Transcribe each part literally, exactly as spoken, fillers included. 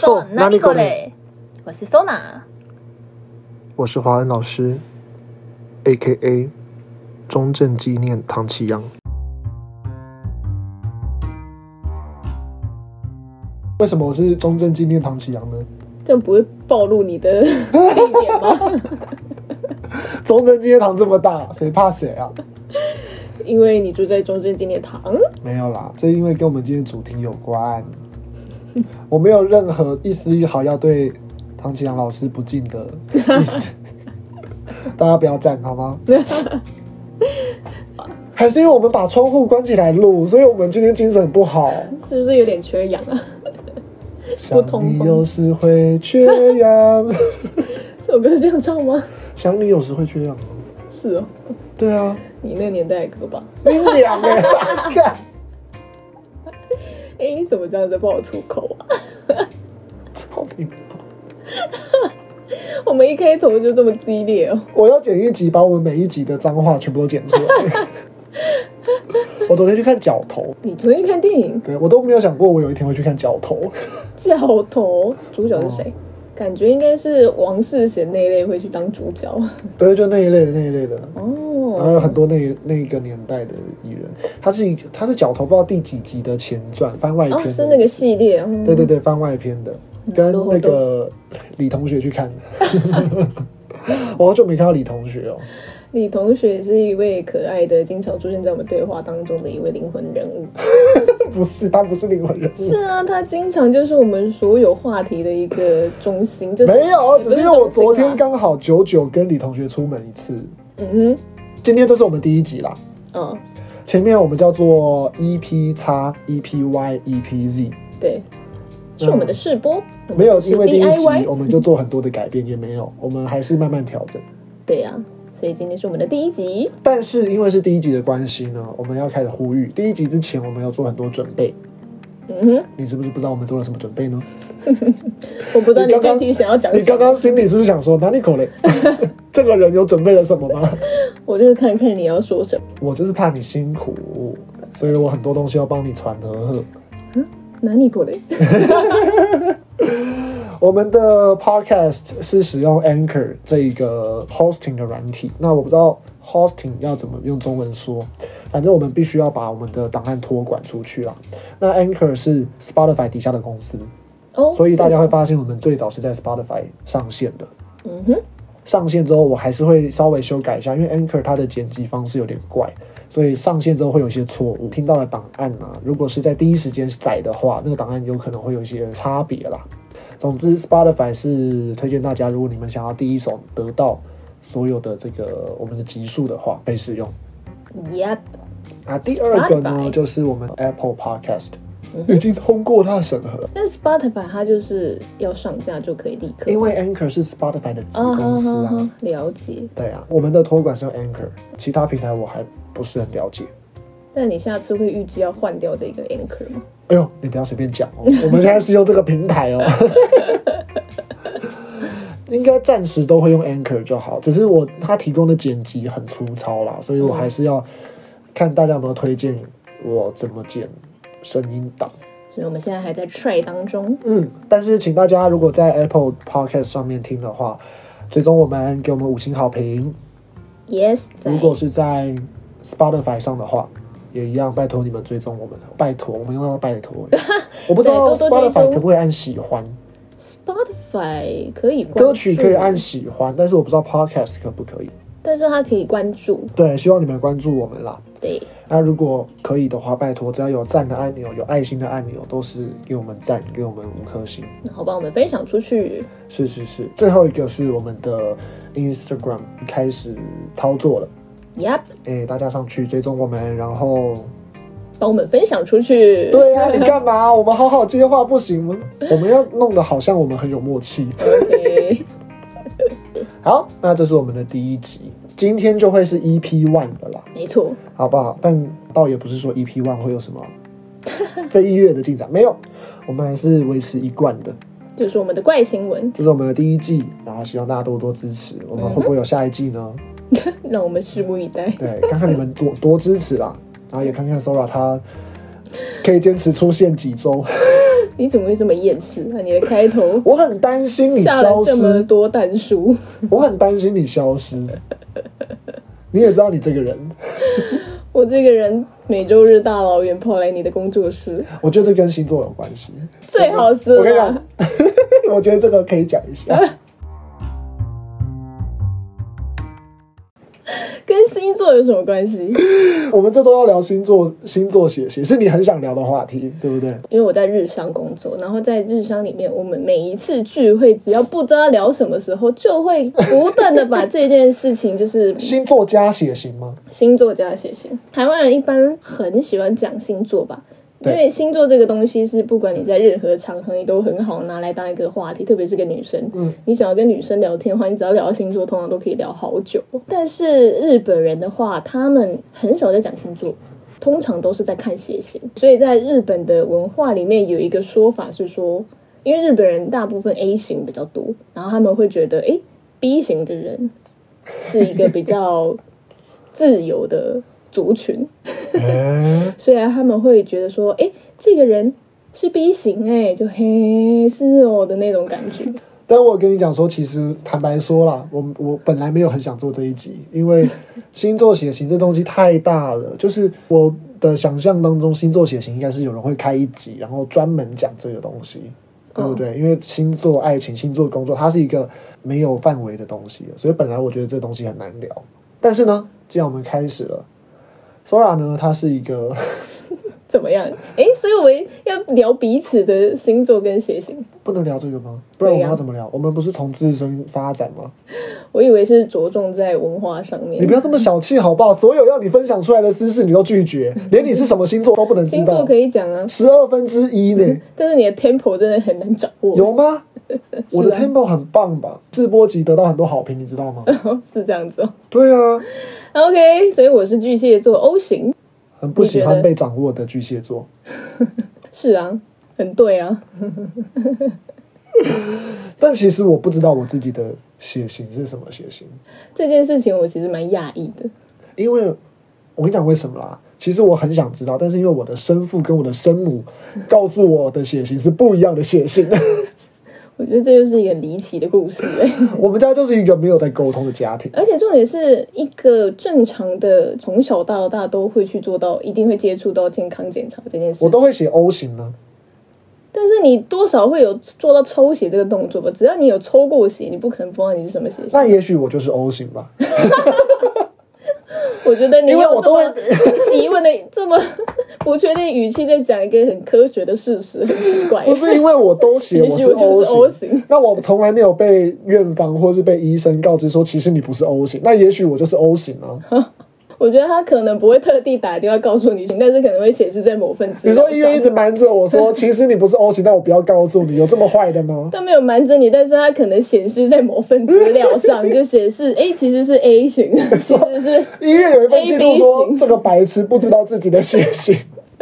So， 哪里过来？我是 Sona， 我是华恩老师 ，A K A 中正纪念唐启阳。为什么我是中正纪念唐启阳呢？ 这样不会暴露你的地点吗？ 中正纪念堂这么大，谁怕谁啊？ 因为你住在中正纪念堂。 没有啦，这因为跟我们今天主题有关。我没有任何一丝一毫要对唐启阳老师不敬的意思，大家不要站好吗？还是因为我们把窗户关起来录，所以我们今天精神不好， 是不是有点缺氧啊？不想你有时会缺氧。 这首歌是这样唱吗？ 想你有时会缺氧。 是哦。 对啊， 你那个年代的歌吧。 你娘哎！看， 哎，你怎么这样子爆粗口啊？ 操你妈！ 我们一开头就这么激烈哦。 我要剪一集，把我们每一集的脏话全部都剪出来。我昨天去看角头。 你昨天去看电影？ 对，我都没有想过我有一天会去看角头。 角头主角是谁？哦，感觉应该是王世贤那一类会去当主角。 对，就那一类的那一类的。 哦， 然后有很多那那个年代的艺人，他是他是角头不知道第几集的前传番外篇的。 哦，是那个系列。嗯， 对对对，番外篇的，跟那个李同学去看的。我好久没看到李同学哦。 李同学是一位可爱的，经常出现在我们对话当中的一位灵魂人物。 不是，他不是灵魂人物。 是啊，他经常就是我们所有话题的一个中心。就是、 没有，只是因为我昨天刚好久久跟李同学出门一次。 嗯哼， 今天这是我们第一集啦。 嗯， 前面我们叫做 E P X、E P Y、E P Z。 对，是我们的试播。 嗯、没有，因为第一集我们就做很多的改变，也没有，我们还是慢慢调整。 对呀、啊。所以今天是我们的第一集， 但是因为是第一集的关系呢，我们要开始呼吁。第一集之前，我们要做很多准备。 嗯哼， 你是不是不知道我们做了什么准备呢？ 我不知道你正题想要讲什么。 你刚刚心里是不是想说哪里口嘞？这个人有准备了什么吗？ 我就是看看你要说什么。 我就是怕你辛苦，所以我很多东西要帮你传和贺。 嗯，哪里口嘞？ 我们的 podcast 是使用 Anchor 这一个 hosting 的软体，那我不知道 hosting 要怎么用中文说，反正我们必须要把我们的档案托管出去啦。那 Anchor 是 Spotify 底下的公司， 哦， 所以大家会发现我们最早是在 Spotify 上线的。 嗯哼， 上线之后我还是会稍微修改一下，因为 Anchor 它的剪辑方式有点怪，所以上线之后会有一些错误。听到的档案啊，如果是在第一时间载的话，那个档案有可能会有一些差别啦。总之 Spotify 是推荐大家，如果你们想要第一手得到所有的这个我们的集数的话，可以使用。 Yep。 啊，第二个呢，就是我们 Apple Podcast、嗯、已经通过它的审核。 但 Spotify 它就是要上架就可以立刻， 因为 Anchor 是 Spotify 的子公司啊。 哦、了解。 对啊，我们的托管是用 Anchor， 其他平台我还不是很了解。 那你下次会预计要换掉这个 Anchor 吗？ 哎呦，你不要随便讲哦，我们现在是用这个平台哦。应该暂时都会用 Anchor 就好，只是我他提供的剪辑很粗糙啦，所以我还是要看大家有没有推荐我怎么剪声音档。 所以我们现在还在 try 当中。 嗯，但是请大家如果在 Apple Podcast 上面听的话，追踪我们，给我们五星好评。 Yes。 如果是在 Spotify 上的话，也一样，拜托你们追踪我们，拜托，我们用到拜托。我不知道 Spotify 可不可以按喜欢。 Spotify 可以关注， 歌曲可以按喜欢，但是我不知道 Podcast 可不可以。 但是它可以关注。 对，希望你们关注我们啦。 对。 那如果可以的话，拜托，只要有赞的按钮、有爱心的按钮，都是给我们赞，给我们五颗星， 然后帮我们分享出去。 是是是。最后一个是我们的 Instagram 开始操作了。 Yep。 哎，大家上去追踪我们，然后帮我们分享出去。 对啊，你干嘛？我们好好接话不行吗？我们要弄得好像我们很有默契。 OK。 好，那这是我们的第一集，今天就会是 E P 一 的啦。 没错， 好不好？但倒也不是说 E P 一 会有什么非意乐的进展，没有，我们还是维持一贯的。 就是我们的怪新闻， 这是我们的第一季，然后希望大家多多支持。我们会不会有下一季呢？ 让我们拭目以待。 对，看看你们多多支持啦，然后也看看 Sora 他可以坚持出现几周。 你怎么会这么厌世啊？你的开头我很担心你下消了这么失， 多弹书， 我很担心你消失。你也知道你这个人， 我这个人每周日大老远跑来你的工作室， 我觉得这跟星座有关系。 最好是我跟你啦讲，我觉得这个可以讲一下。 跟星座有什么关系？ 我们这周要聊星座，星座血型是你很想聊的话题，对不对？ 因为我在日商工作，然后在日商里面，我们每一次聚会，只要不知道聊什么时候，就会不断的把这件事情，就是星座加血型吗？ 星座加血型。台湾人一般很喜欢讲星座吧。因对为星座这个东西是不管你在任何场合，你都很好拿来当一个话题，特别是个女生。 嗯， 你想要跟女生聊天的话，你只要聊到星座，通常都可以聊好久。但是日本人的话，他们很少在讲星座，通常都是在看血型。所以在日本的文化里面有一个说法是说，因为日本人大部分 A 型比较多，然后他们会觉得，诶 B 型的人是一个比较自由的族群， 欸、 虽然他们会觉得说，哎，这个人是 B 型，哎，就嘿是哦的那种感觉。 但我有跟你讲说，其实坦白说啦，我我本来没有很想做这一集，因为星座血型这东西太大了。就是我的想象当中，星座血型应该是有人会开一集，然后专门讲这个东西，对不对？哦、因为星座爱情、星座工作，它是一个没有范围的东西，所以本来我觉得这东西很难聊。但是呢，既然我们开始了。Sora 呢，她是一个怎么样？哎，所以我们要聊彼此的星座跟血型， 不能聊这个吗？不然我们要怎么聊？我们不是从自身发展吗？ 我以为是着重在文化上面。 你不要这么小气好不好？所有要你分享出来的私事你都拒绝，连你是什么星座都不能知道。 星座可以讲啊， 十二分之一呢？ 但是你的 tempo 真的很难掌握。 有吗？我的 tempo 很棒吧？试播集得到很多好评，你知道吗？ 是这样子哦。 对啊。 OK， 所以我是巨蟹座 O 型， 很不喜欢被掌握的巨蟹座。 是啊，很对啊。 但其实我不知道我自己的血型是什么血型。 这件事情我其实蛮讶异的， 因为我跟你讲为什么啦？其实我很想知道，但是因为我的生父跟我的生母告诉我的血型是不一样的血型。 我觉得这就是一个离奇的故事、欸、 我们家就是一个没有在沟通的家庭， 而且重点是一个正常的从小到大都会去做到，一定会接触到健康检查这件事情， 我都会写 O 型呢。 但是你多少会有做到抽血这个动作吧？只要你有抽过血，你不可能不知道你是什么血型。 那也许我就是 O 型吧。 我觉得你用这么疑问的这么不确定语气在讲一个很科学的事实，很奇怪。 不是因为我都写我是 O 型， O 型那我从来没有被院方或是被医生告知说，其实你不是 O 型，那也许我就是 O 型啊。 我觉得他可能不会特地打电话告诉你，但是可能会显示在某份资料上。 你说医院一直瞒着我说，其实你不是 O 型，但我不要告诉你，有这么坏的吗？ 他没有瞒着你，但是他可能显示在某份资料上，就显示哎、欸，其实是 A 型，其实是医院有一份记录说这个白痴不知道自己的血型。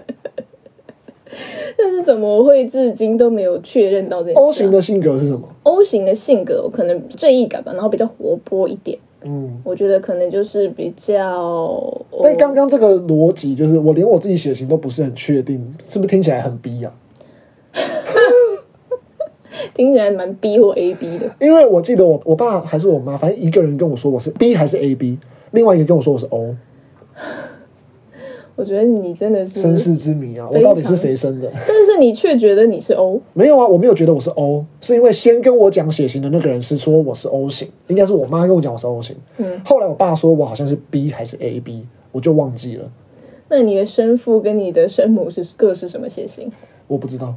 但是怎么会至今都没有确认到这件事、啊、 O 型的性格是什么 ？O 型的性格可能正义感吧，然后比较活泼一点。嗯，我觉得可能就是比较…… 但刚刚这个逻辑就是，我连我自己血型都不是很确定，是不是听起来很 B 啊？ 听起来蛮 B 或 A B 的。 因为我记得我我爸还是我妈，反正一个人跟我说我是 B 还是 A B， 另外一个跟我说我是 O。 我觉得你真的是身世之谜啊！我到底是谁生的？ 但是你却觉得你是 O？ 没有啊，我没有觉得我是 O， 是因为先跟我讲血型的那个人是说我是 O 型，应该是我妈跟我讲我是 O 型。嗯，后来我爸说我好像是 B 还是 A B， 我就忘记了。 那你的生父跟你的生母是各是什么血型？ 我不知道。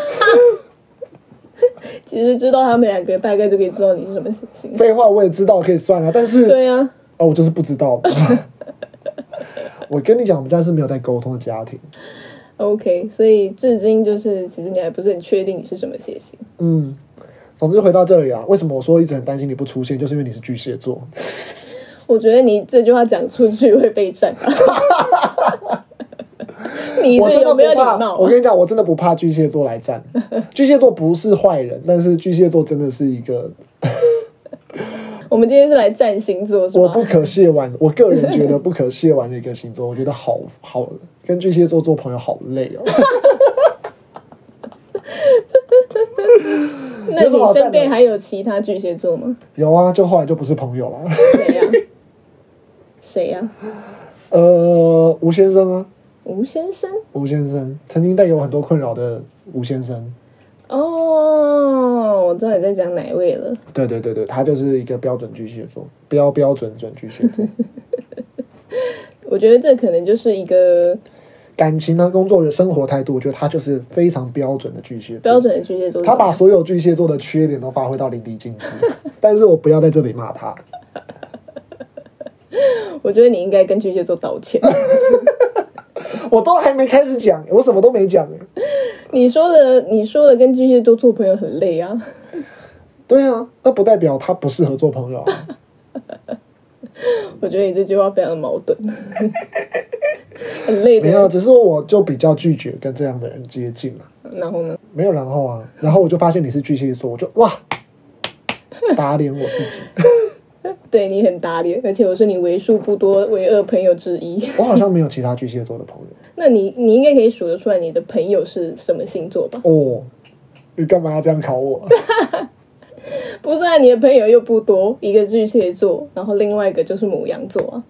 其实知道他们两个，大概就可以知道你是什么血型。 废话，我也知道可以算啊，但是对啊， 哦，我就是不知道。我跟你讲，我们家是没有在沟通的家庭。 OK， 所以至今就是，其实你还不是很确定你是什么血型。 嗯，总之回到这里啊，为什么我说一直很担心你不出现，就是因为你是巨蟹座。 我觉得你这句话讲出去会被战吧。你这有没有礼貌、啊？ 我跟你讲，我真的不怕巨蟹座来战。巨蟹座不是坏人，但是巨蟹座真的是一个。 我们今天是来占星座是吗？ 我不可亵玩，我个人觉得不可亵玩的一个星座，我觉得好好跟巨蟹座做朋友好累哦。 那有什么好你身赞的？ 边还有其他巨蟹座吗？ 有啊，就后来就不是朋友了。 谁呀、谁呀、 呃，吴先生啊， 吴先生。 吴先生曾经带给我很多困扰的吴先生。 哦，我知道你在讲哪位了。 对对对对，他就是一个标准巨蟹座，标标准准巨蟹座。 我觉得这可能就是一个感情啊，工作的生活态度，我觉得他就是非常标准的巨蟹座。 标准的巨蟹座。 他把所有巨蟹座的缺点都发挥到淋漓尽致，但是我不要在这里骂他。 我觉得你应该跟巨蟹座道歉。 我都还没开始讲，我什么都没讲。 你说的，你说的跟巨蟹座做朋友很累啊。 对啊，那不代表他不适合做朋友啊。 我觉得你这句话非常矛盾，很累的。 没有，只是我就比较拒绝跟这样的人接近了。 然后呢？ 没有然后啊，然后我就发现你是巨蟹座，我就哇，打脸我自己。 对你很打脸，而且我是你为数不多唯二朋友之一。 我好像没有其他巨蟹座的朋友。 那你你应该可以数得出来你的朋友是什么星座吧？ 哦，你干嘛要这样考我？ 不是啊，你的朋友又不多，一个巨蟹座，然后另外一个就是牡羊座啊。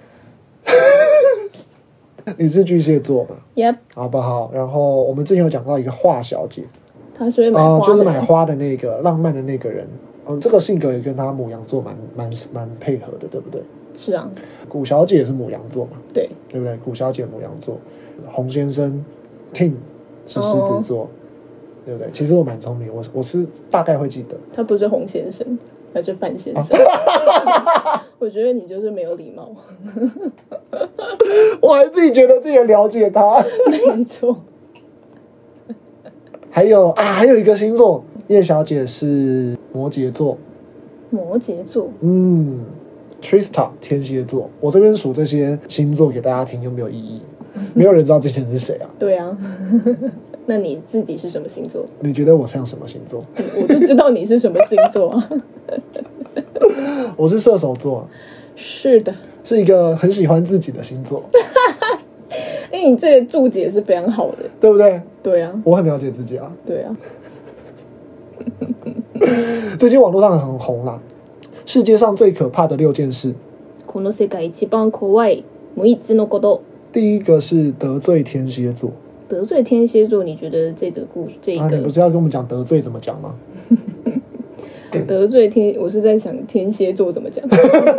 你是巨蟹座嘛？ Yep， 好不好？然后我们之前有讲到一个华小姐， 他是会买啊、 花的人、 就是买花的那个浪漫的那个人。嗯，这个性格也跟他牡羊座蛮蛮蛮配合的，对不对？ 是啊， 古小姐也是牡羊座嘛， 对， 对不对？古小姐牡羊座，洪先生 Tim 是狮子座， 哦对不对？其实我蛮聪明，我我是大概会记得。 他不是洪先生，他是范先生。我觉得你就是没有礼貌。 我还自己觉得自己很了解他。 没错。 还有啊，还有一个星座，叶小姐是摩羯座， 摩羯座， 嗯 ，Trista 天蝎座。我这边数这些星座给大家听，又没有意义，没有人知道这些人是谁啊？ 对啊。那你自己是什么星座？ 你觉得我像什么星座？ 我就知道你是什么星座啊。 我是射手座， 是的。 是一个很喜欢自己的星座。 哎、你这个注解是非常好的。 对不对？ 对啊， 我很了解自己啊。 对啊。 最近网络上很红啦，世界上最可怕的六件事。 この世界一番怖いもう一つのこと。 第一个是得罪天蝎座。 得罪天蝎座，你觉得这个故事，这啊，你个、 不是要跟我们讲得罪怎么讲吗？ 得罪天，我是在想天蝎座怎么讲。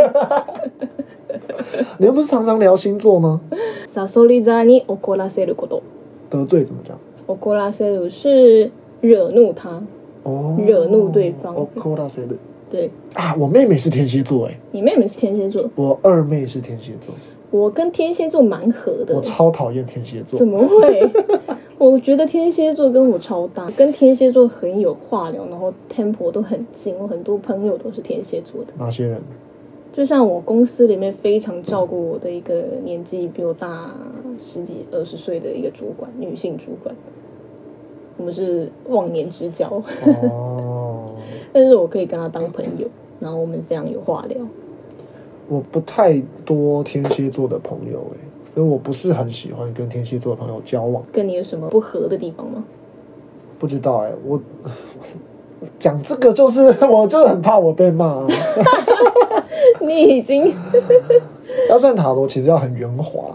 你们不是常常聊星座吗？ サソリ座に怒らせること。 得罪怎么讲？ 怒らせる是惹怒他， 哦， 惹怒对方哦，扣到谁的？ 对， 啊，我妹妹是天蝎座，哎， 你妹妹是天蝎座， 我二妹是天蝎座， 我跟天蝎座蛮合的。 我超讨厌天蝎座怎。么会？我觉得天蝎座跟我超搭，跟天蝎座很有话聊，然后 tempo 都很近。我很多朋友都是天蝎座的， 哪些人？ 就像我公司里面非常照顾我的一个年纪比我大十几二十岁的一个主管，女性主管，我们是忘年之交。 哦， 但是我可以跟她当朋友，然后我们非常有话聊。 我不太多天蝎座的朋友，哎，所以我不是很喜欢跟天蝎座的朋友交往。 跟你有什么不合的地方吗？ 不知道哎，我讲这个就是我就很怕我被骂啊。 你已经要算塔罗，其实要很圆滑。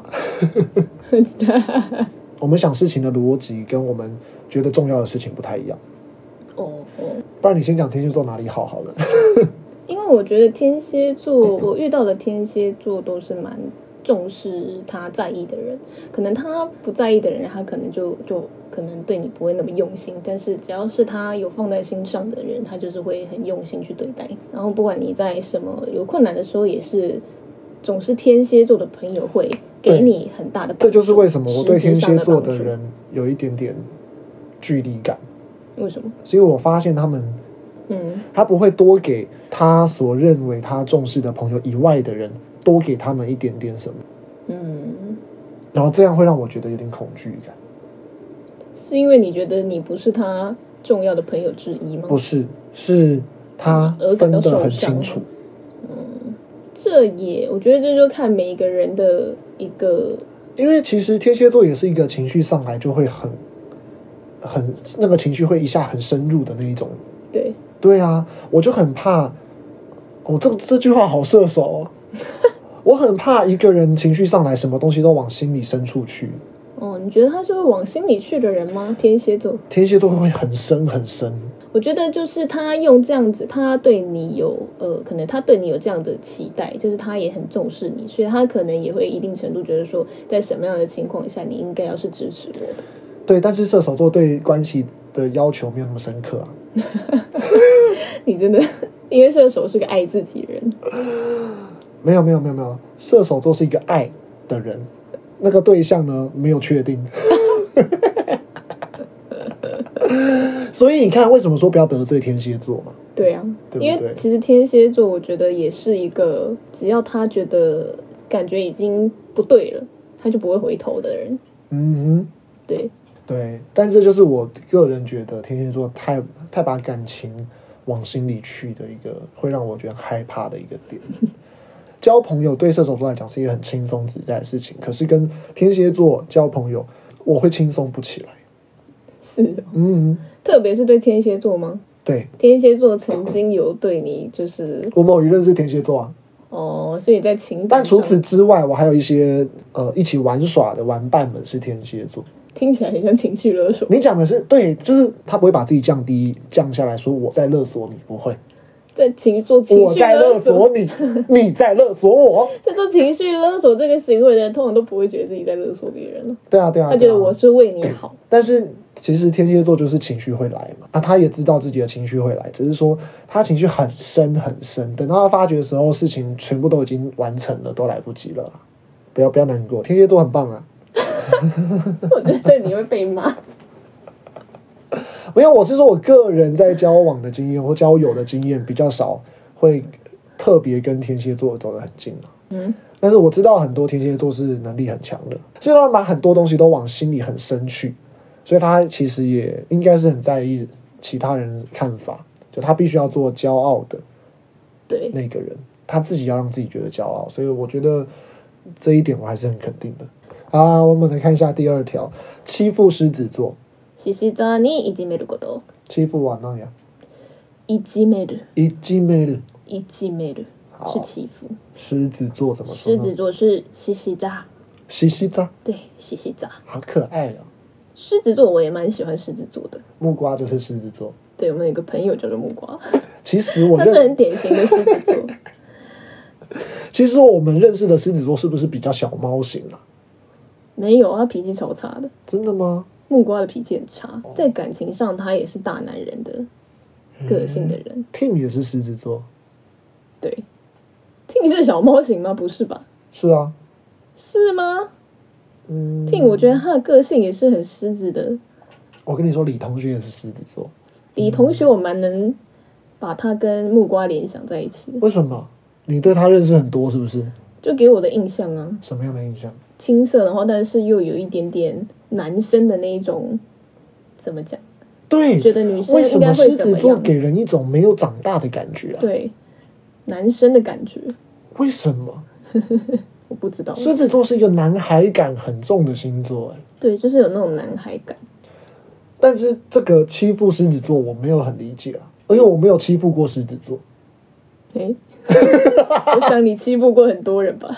我们想事情的逻辑跟我们觉得重要的事情不太一样。 哦哦， 不然你先讲天蝎座哪里好好了。 因为我觉得天蝎座，我遇到的天蝎座都是蛮重视他在意的人，可能他不在意的人，他可能就就可能对你不会那么用心，但是只要是他有放在心上的人，他就是会很用心去对待。然后不管你在什么有困难的时候，也是总是天蝎座的朋友会给你很大的帮助。 这就是为什么我对天蝎座的实质上人有一点点距离感。 为什么？ 是因为我发现他们， 嗯， 他不会多给他所认为他重视的朋友以外的人多给他们一点点什么， 嗯， 然后这样会让我觉得有点恐惧感。 是因为你觉得你不是他重要的朋友之一吗？ 不是，是他分得很清楚。 这也，我觉得这就看每一个人的一个， 因为其实天蝎座也是一个情绪上来就会很很那个情绪会一下很深入的那一种对对啊，我就很怕，我、哦、这这句话好射手哦。我很怕一个人情绪上来，什么东西都往心里深处去。 哦，你觉得他是会往心里去的人吗？天蝎座， 天蝎座会很深很深。 我觉得就是他用这样子，他对你有呃，可能他对你有这样的期待，就是他也很重视你，所以他可能也会一定程度觉得说，在什么样的情况下，你应该要是支持我的。 对，但是射手座对关系的要求没有那么深刻啊。 你真的，因为射手是个爱自己的人。 没有没有没有没有，射手座是一个爱的人，那个对象呢没有确定。所以你看，为什么说不要得罪天蝎座嘛？ 对啊， 对不对？ 因为其实天蝎座，我觉得也是一个，只要他觉得感觉已经不对了，他就不会回头的人。 嗯哼， 对对，但这就是我个人觉得天蝎座太太把感情往心里去的一个，会让我觉得害怕的一个点。交朋友对射手座来讲是一个很轻松自在的事情，可是跟天蝎座交朋友，我会轻松不起来。 是的， 嗯， 特别是对天蝎座吗？ 对， 天蝎座曾经有对你就是我某一任是天蝎座啊。 哦，所以在情感， 但除此之外，我还有一些呃一起玩耍的玩伴们是天蝎座。 听起来很像情绪勒索。 你讲的是对，就是他不会把自己降低降下来说我在勒索你，不会。 在情做情绪我在勒索你，你在勒索我。 在做情绪勒索这个行为的人，通常都不会觉得自己在勒索别人了。 对啊，对啊， 他觉得我是为你好。 但是其实天蝎座就是情绪会来嘛，啊，他也知道自己的情绪会来，只是说他情绪很深很深，等到他发觉的时候，事情全部都已经完成了，都来不及了。不要不要难过，天蝎座很棒啊。 我觉得你会被骂。 没有，我是说我个人在交往的经验或交友的经验比较少，会特别跟天蝎座走得很近嘛。 嗯， 但是我知道很多天蝎座是能力很强的，所以他把很多东西都往心里很深去，所以他其实也应该是很在意其他人的看法，就他必须要做骄傲的对那个人，他自己要让自己觉得骄傲，所以我觉得这一点我还是很肯定的。好啦，我们来看一下第二条，欺负狮子座。 獅子座にいじめること。 欺负完了呀？ いじめる。 いじめる。 いじめる是欺负。 狮子座怎么说呢？ 狮子座是西西扎。 西西扎。 对，西西扎。 好可爱哦。 狮子座我也蛮喜欢狮子座的。 木瓜就是狮子座。 对，我们有个朋友叫做木瓜。 其实我他是很典型的狮子座。 其实我们认识的狮子座是不是比较小猫型啊？ 没有，他脾气超差的。 真的吗？ 木瓜的脾气很差，在感情上他也是大男人的个性的人。 嗯、Tim 也是狮子座。 对 ，Tim 是小猫型吗？不是吧？ 是啊。 是吗？ 嗯 ，Tim 我觉得他的个性也是很狮子的。 我跟你说，李同学也是狮子座。 李同学我蛮能把他跟木瓜联想在一起的。 为什么？你对他认识很多是不是？ 就给我的印象啊。 什么样的印象？ 青涩的话，但是又有一点点男生的那一种，怎么讲？ 对， 觉得女生应该会怎么样？ 为什么狮子座给人一种没有长大的感觉啊？ 对，男生的感觉。 为什么？ 我不知道。 狮子座是一个男孩感很重的星座，哎， 对，就是有那种男孩感。 但是这个欺负狮子座我没有很理解啊，因为我没有欺负过狮子座。 哎，我想你欺负过很多人吧？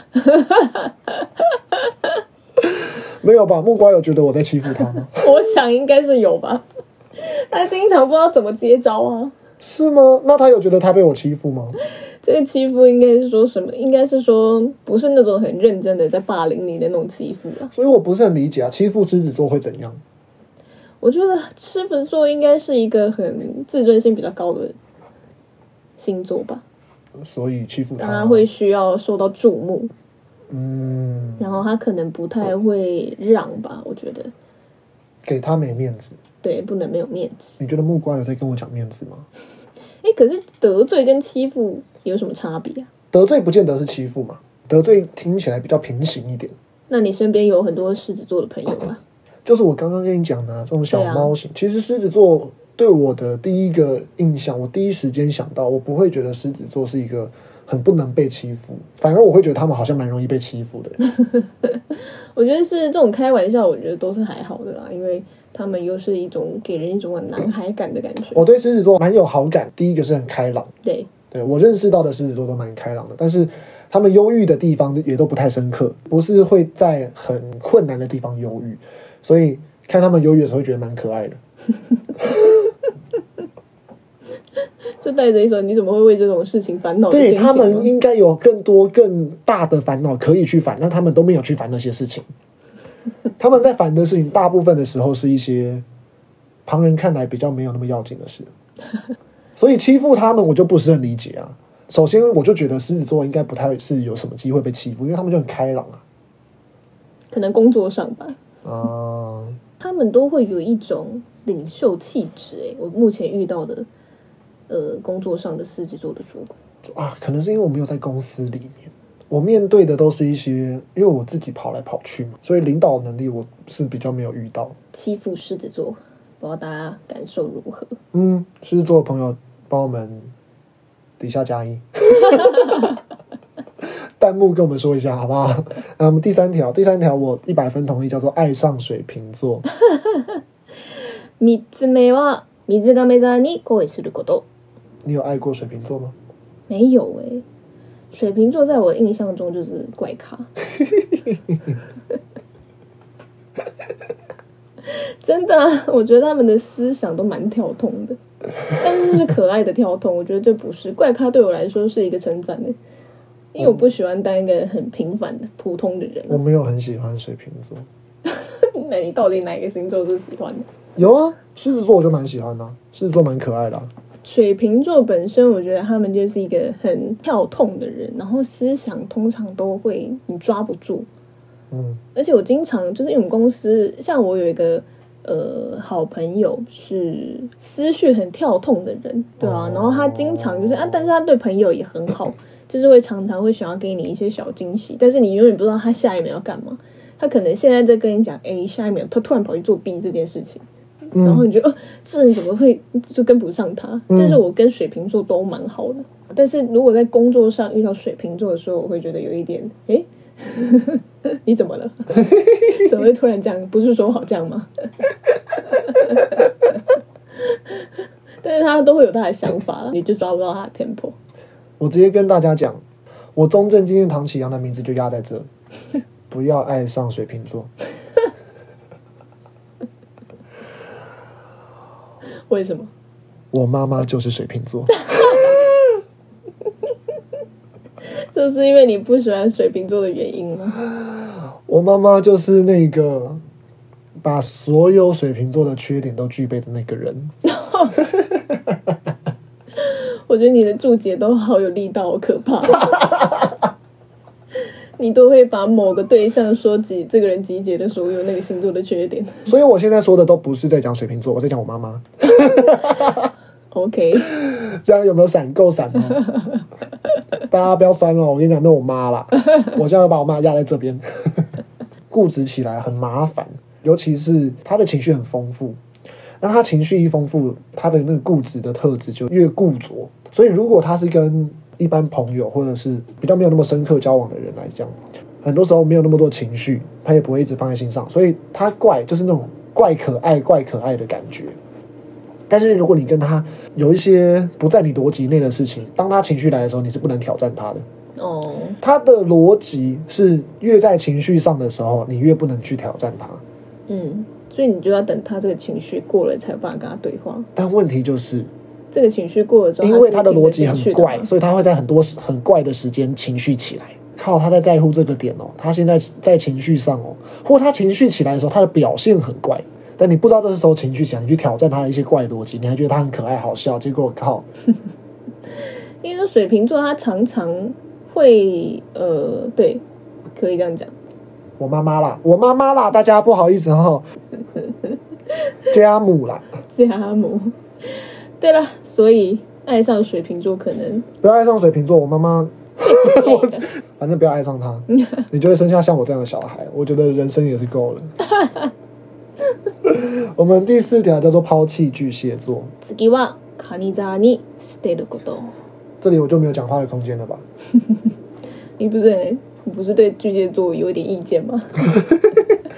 没有吧？木瓜有觉得我在欺负他吗？ 我想应该是有吧。他经常不知道怎么接招啊。 是吗？那他有觉得他被我欺负吗？ 这个欺负应该是说什么？应该是说不是那种很认真的在霸凌你的那种欺负啊。 所以我不是很理解啊，欺负狮子座会怎样？ 我觉得狮子座应该是一个很自尊心比较高的星座吧。 所以欺负他， 他会需要受到注目， 嗯， 然后他可能不太会让吧，我觉得给他没面子， 对，不能没有面子。 你觉得木瓜有在跟我讲面子吗？ 哎，可是得罪跟欺负有什么差别啊？ 得罪不见得是欺负嘛，得罪听起来比较平行一点。 那你身边有很多狮子座的朋友吧？ 就是我刚刚跟你讲的、啊、这种小猫型、啊，其实狮子座对我的第一个印象，我第一时间想到，我不会觉得狮子座是一个很不能被欺负，反而我会觉得他们好像蛮容易被欺负的。 我觉得是这种开玩笑，我觉得都是还好的啦，因为他们又是一种给人一种很男孩感的感觉。 我对狮子座蛮有好感，第一个是很开朗， 对， 对我认识到的狮子座都蛮开朗的，但是他们忧郁的地方也都不太深刻，不是会在很困难的地方忧郁，所以看他们忧郁的时候会觉得蛮可爱的。 就带着一种你怎么会为这种事情烦恼的心情吗？ 对，他们应该有更多更大的烦恼可以去烦，但他们都没有去烦那些事情。他们在烦的事情大部分的时候是一些旁人看来比较没有那么要紧的事，所以欺负他们我就不是很理解啊。首先我就觉得狮子座应该不太是有什么机会被欺负，因为他们就很开朗啊， 可能工作上吧， 啊、呃， 他们都会有一种领袖气质。哎，我目前遇到的呃工作上的狮子座的主管啊，可能是因为我没有在公司里面，我面对的都是一些，因为我自己跑来跑去嘛，所以领导能力我是比较没有遇到。 欺负狮子座，不知道大家感受如何？ 嗯，狮子座的朋友帮我们底下加一，弹幕跟我们说一下好不好？那我们第三条，第三条我一百分同意，叫做爱上水瓶座。 三つ目は水亀座に恋すること。 你有爱过水瓶座吗？ 没有哎、欸，水瓶座在我印象中就是怪咖。真的、啊，我觉得他们的思想都蛮跳痛的，但是是可爱的跳痛。我觉得这不是怪咖，对我来说是一个称赞的，因为我不喜欢当一个很平凡的普通的人、啊。 我没有很喜欢水瓶座。 那你到底哪个星座是喜欢的？ 有啊，狮子座我就蛮喜欢的、啊，狮子座蛮可爱的、啊。 水瓶座本身，我觉得他们就是一个很跳痛的人，然后思想通常都会你抓不住。 嗯， 而且我经常就是因为我们公司，像我有一个呃好朋友是思绪很跳痛的人，对啊， 哦、 然后他经常就是啊，但是他对朋友也很好，就是会常常会想要给你一些小惊喜，但是你永远不知道他下一秒要干嘛。他可能现在在跟你讲 A， 下一秒他突然跑去做 B 这件事情，嗯、然后你觉得哦，这人怎么会就跟不上他？嗯、但是我跟水瓶座都蛮好的，但是如果在工作上遇到水瓶座的时候，我会觉得有一点诶。你怎么了？怎么会突然这样？不是说好这样吗？但是他都会有他的想法了，你就抓不到他的 tempo。 我直接跟大家讲，我中正纪念堂启阳的名字就压在这，不要爱上水瓶座。 为什么？ 我妈妈就是水瓶座。 这是因为你不喜欢水瓶座的原因吗？ 我妈妈就是那个把所有水瓶座的缺点都具备的那个人。 我觉得你的注解都好有力道，好可怕。你都会把某个对象说集这个人集结的所有那个星座的缺点。 所以我现在说的都不是在讲水瓶座，我在讲我妈妈。 OK， 这样有没有闪够闪吗？大家不要酸了，我跟你讲，那我妈啦，我现在把我妈压在这边。固执起来很麻烦，尤其是她的情绪很丰富。那她情绪一丰富，她的那个固执的特质就越固着。所以如果她是跟一般朋友或者是比较没有那么深刻交往的人来讲，很多时候没有那么多情绪，她也不会一直放在心上。所以她怪就是那种怪可爱、怪可爱的感觉。但是如果你跟他有一些不在你逻辑内的事情，当他情绪来的时候，你是不能挑战他的。 哦， 他的逻辑是越在情绪上的时候，你越不能去挑战他。 嗯，所以你就要等他这个情绪过了，才有办法跟他对话。 但问题就是这个情绪过了之后， 因为他的逻辑很怪， 所所以他会在很多很怪的时间情绪起来。靠，他在在乎这个点哦，他现在在情绪上哦，或他情绪起来的时候，他的表现很怪。但你不知道这时候情绪起来，你去挑战他的一些怪逻辑，你还觉得他很可爱好笑，结果靠。 因为水瓶座他常常会呃，对，可以这样讲。 我妈妈啦，我妈妈啦，大家不好意思哈。家母啦， 家母。对了，所以爱上水瓶座可能不要爱上水瓶座，我妈妈。我反正不要爱上他，你就会生下像我这样的小孩。我觉得人生也是够了。我们第四条叫做抛弃巨蟹座。 次は蟹座に捨てること。 这里我就没有讲话的空间了吧？ 你不是很你不是对巨蟹座有一点意见吗？ 哎、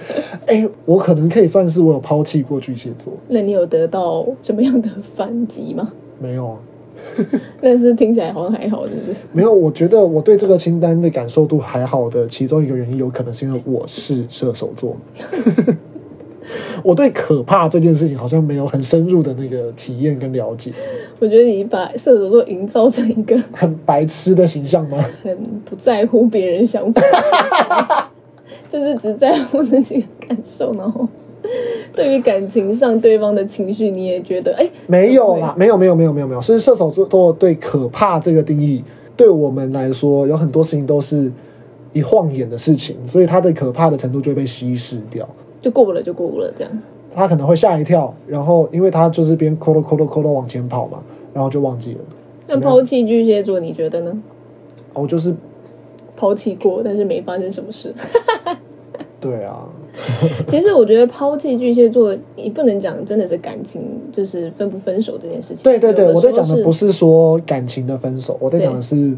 哎，我可能可以算是我有抛弃过巨蟹座。 那你有得到什么样的反击吗？ 没有啊。 但是听起来好像还好，是不是？ 没有，我觉得我对这个清单的感受度还好的其中一个原因，有可能是因为我是射手座。我对可怕这件事情好像没有很深入的那个体验跟了解。 我觉得你把射手座营造成一个很白痴的形象吗？ 很不在乎别人想法，就是只在乎自己的感受，然后对于感情上对方的情绪，你也觉得哎， 没有啦，没有没有没有没有没有，是射手座对可怕这个定义，对我们来说有很多事情都是一晃眼的事情，所以它的可怕的程度就会被稀释掉。 就过了就过了这样， 他可能会吓一跳，然后因为他就是边扣咯扣咯扣咯往前跑嘛，然后就忘记了。 那抛弃巨蟹座你觉得呢？ 我就是抛弃过，但是没发生什么事。 对啊。 其实我觉得抛弃巨蟹座，你不能讲真的是感情，就是分不分手这件事情。 对对对，我在讲的不是说感情的分手，我在讲的是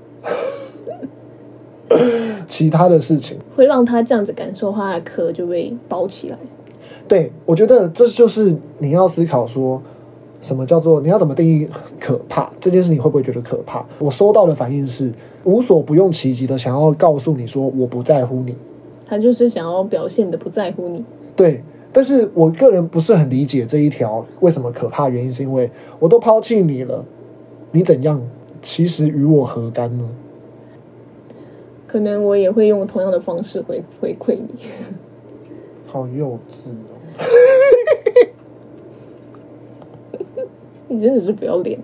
其他的事情， 会让他这样子感受，他的壳就被包起来。 对，我觉得这就是你要思考说，什么叫做你要怎么定义可怕这件事，你会不会觉得可怕？我收到的反应是无所不用其极的想要告诉你说我不在乎你， 他就是想要表现的不在乎你。 对，但是我个人不是很理解这一条为什么可怕，原因是因为我都抛弃你了，你怎样其实与我何干呢？ 可能我也会用同样的方式回回馈你。 好幼稚哦。 你真的是不要脸。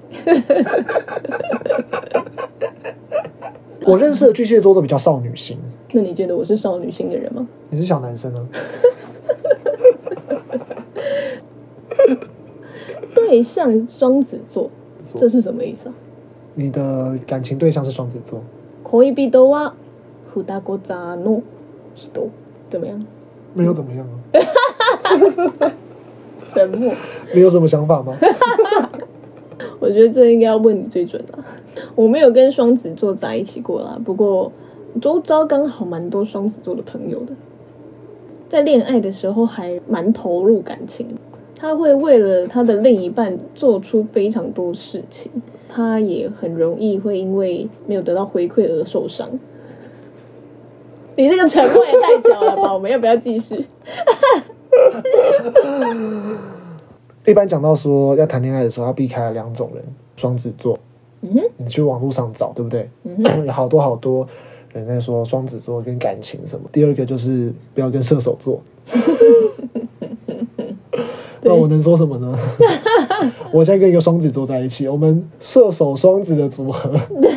我认识的巨蟹座都比较少女心。 那你觉得我是少女心的人吗？ 你是小男生啊。 对象双子座，这是什么意思啊？ 你的感情对象是双子座。 恋人は双子座の人，怎么样？ 没有怎么样啊。 沉默。 你有什么想法吗？ 我觉得这应该要问你最准了。我没有跟双子座在一起过啦，不过周遭刚好蛮多双子座的朋友的，在恋爱的时候还蛮投入感情，他会为了他的另一半做出非常多事情，他也很容易会因为没有得到回馈而受伤。你这个沉默也太久了吧？我们要不要继续？ 一般讲到说要谈恋爱的时候要避开两种人，双子座。 嗯哼， 你去网络上找，对不对？ 嗯哼， 有好多好多人在说双子座跟感情什么。第二个就是不要跟射手座。那我能说什么呢？我现在跟一个双子座在一起，我们射手双子的组合。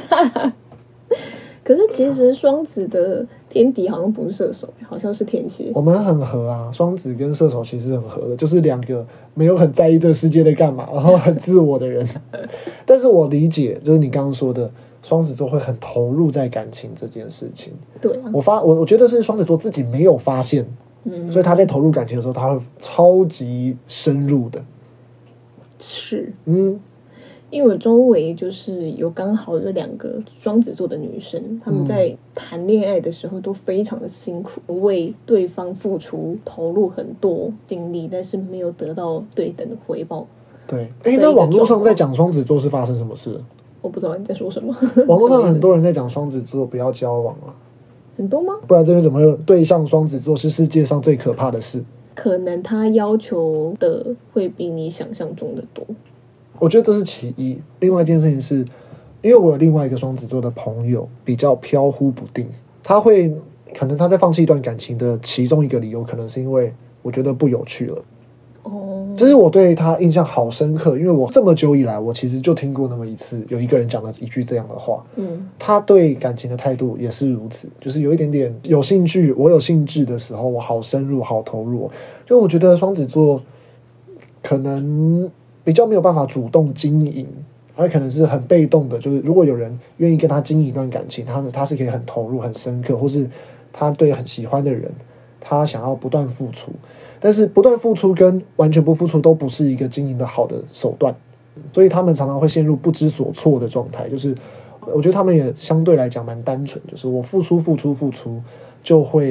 可是其实双子的天敌好像不是射手，好像是天蝎。 我们很合啊，双子跟射手其实很合的，就是两个没有很在意这个世界在干嘛，然后很自我的人。但是我理解，就是你刚刚说的，双子座会很投入在感情这件事情。 对啊， 我发我我觉得是双子座自己没有发现，嗯，所以他在投入感情的时候，他会超级深入的。 是， 嗯。 因为我周围就是有刚好有两个双子座的女生，她们在谈恋爱的时候都非常的辛苦，为对方付出投入很多精力，但是没有得到对等的回报。 对，哎，那网络上在讲双子座是发生什么事？ 我不知道你在说什么。 网络上很多人在讲双子座不要交往啊。 很多吗？ 不然这边怎么会有对象双子座是世界上最可怕的事？ 可能他要求的会比你想象中的多。 我觉得这是其一，另外一件事情是，因为我有另外一个双子座的朋友比较飘忽不定，他会可能他在放弃一段感情的其中一个理由，可能是因为我觉得不有趣了。哦，这是我对他印象好深刻，因为我这么久以来，我其实就听过那么一次，有一个人讲了一句这样的话。嗯，他对感情的态度也是如此，就是有一点点有兴趣，我有兴致的时候，我好深入，好投入。就我觉得双子座可能比较没有办法主动经营，他可能是很被动的，就是如果有人愿意跟他经营一段感情，他他是可以很投入很深刻，或是他对很喜欢的人，他想要不断付出，但是不断付出跟完全不付出都不是一个经营的好的手段，所以他们常常会陷入不知所措的状态。就是我觉得他们也相对来讲蛮单纯，就是我付出付出付出就会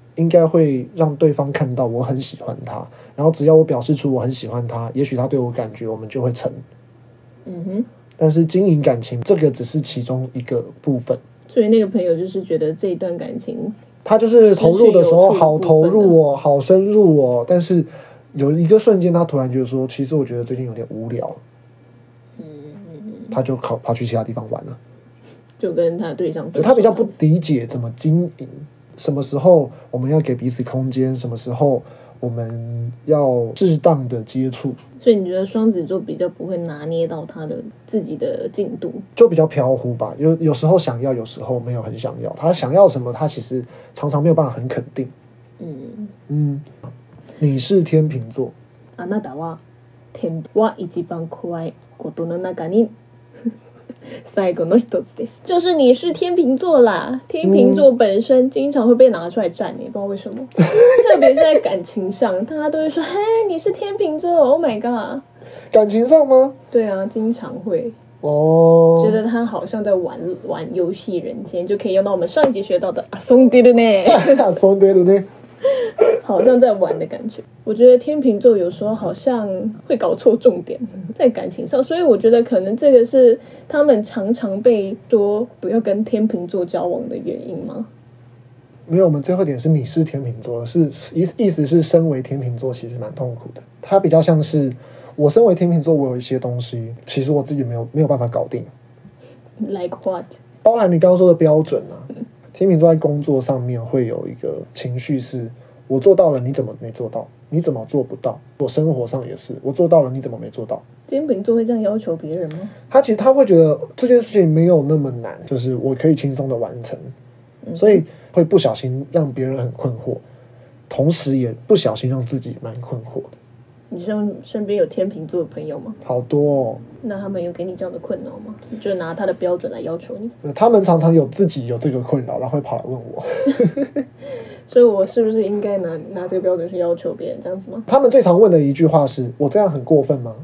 应该会让对方看到我很喜欢他，然后只要我表示出我很喜欢他，也许他对我感觉，我们就会成。 嗯哼。 但是经营感情这个只是其中一个部分， 所以那个朋友就是觉得这一段感情， 他就是投入的时候好投入哦，好深入哦，但是有一个瞬间他突然觉得说，其实我觉得最近有点无聊，嗯，他就跑跑去其他地方玩了， 就跟他对象分手， 他比较不理解怎么经营，什么时候我们要给彼此空间，什么时候我们要适当的接触。 所以你觉得双子座比较不会拿捏到他的自己的进度， 就比较飘忽吧，有有时候想要，有时候没有很想要。他想要什么，他其实常常没有办法很肯定。嗯嗯，你是天秤座。 あなたは天は一番怖いことの中に最後の一つです。就是你是天秤座啦，天秤座本身经常会被拿出来战，也不知道为什么，特别是在感情上，大家都会说：“嘿，你是天秤座 ，Oh my god！” 感情上吗？ 对啊，经常会哦， 觉得他好像在玩玩游戏人间，就可以用到我们上一集学到的啊，松迪了呢， 松迪了呢。 好像在玩的感觉。我觉得天秤座有时候好像会搞错重点在感情上，所以我觉得可能这个是他们常常被说不要跟天秤座交往的原因吗？ 没有，我们最后一点是你是天秤座，是意意思是身为天秤座其实蛮痛苦的。它比较像是我身为天秤座，我有一些东西其实我自己没有没有办法搞定。 Like what？ 包含你刚刚说的标准啊。天秤座在工作上面会有一个情绪是，我做到了，你怎么没做到？你怎么做不到？我生活上也是，我做到了，你怎么没做到？ 天秤座会这样要求别人吗？ 他其实他会觉得这件事情没有那么难，就是我可以轻松的完成，嗯、所以会不小心让别人很困惑，同时也不小心让自己蛮困惑的。 你身身边有天秤座的朋友吗？ 好多哦。 那他们有给你这样的困扰吗？你就拿他的标准来要求你？ 他们常常有自己有这个困扰，然后会跑来问我。 所以我是不是应该拿拿这个标准去要求别人，这样子吗？ 他们最常问的一句话是：我这样很过分吗？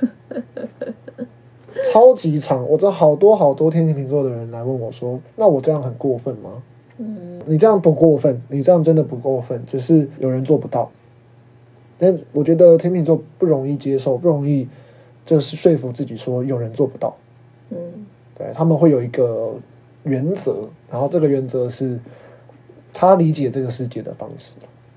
超级长，我知道好多好多天秤座的人来问我说：那我这样很过分吗？嗯，你这样不过分，你这样真的不过分，只是有人做不到。但我觉得天秤座不容易接受，不容易就是说服自己说有人做不到。嗯，对，他们会有一个原则，然后这个原则是他理解这个世界的方式。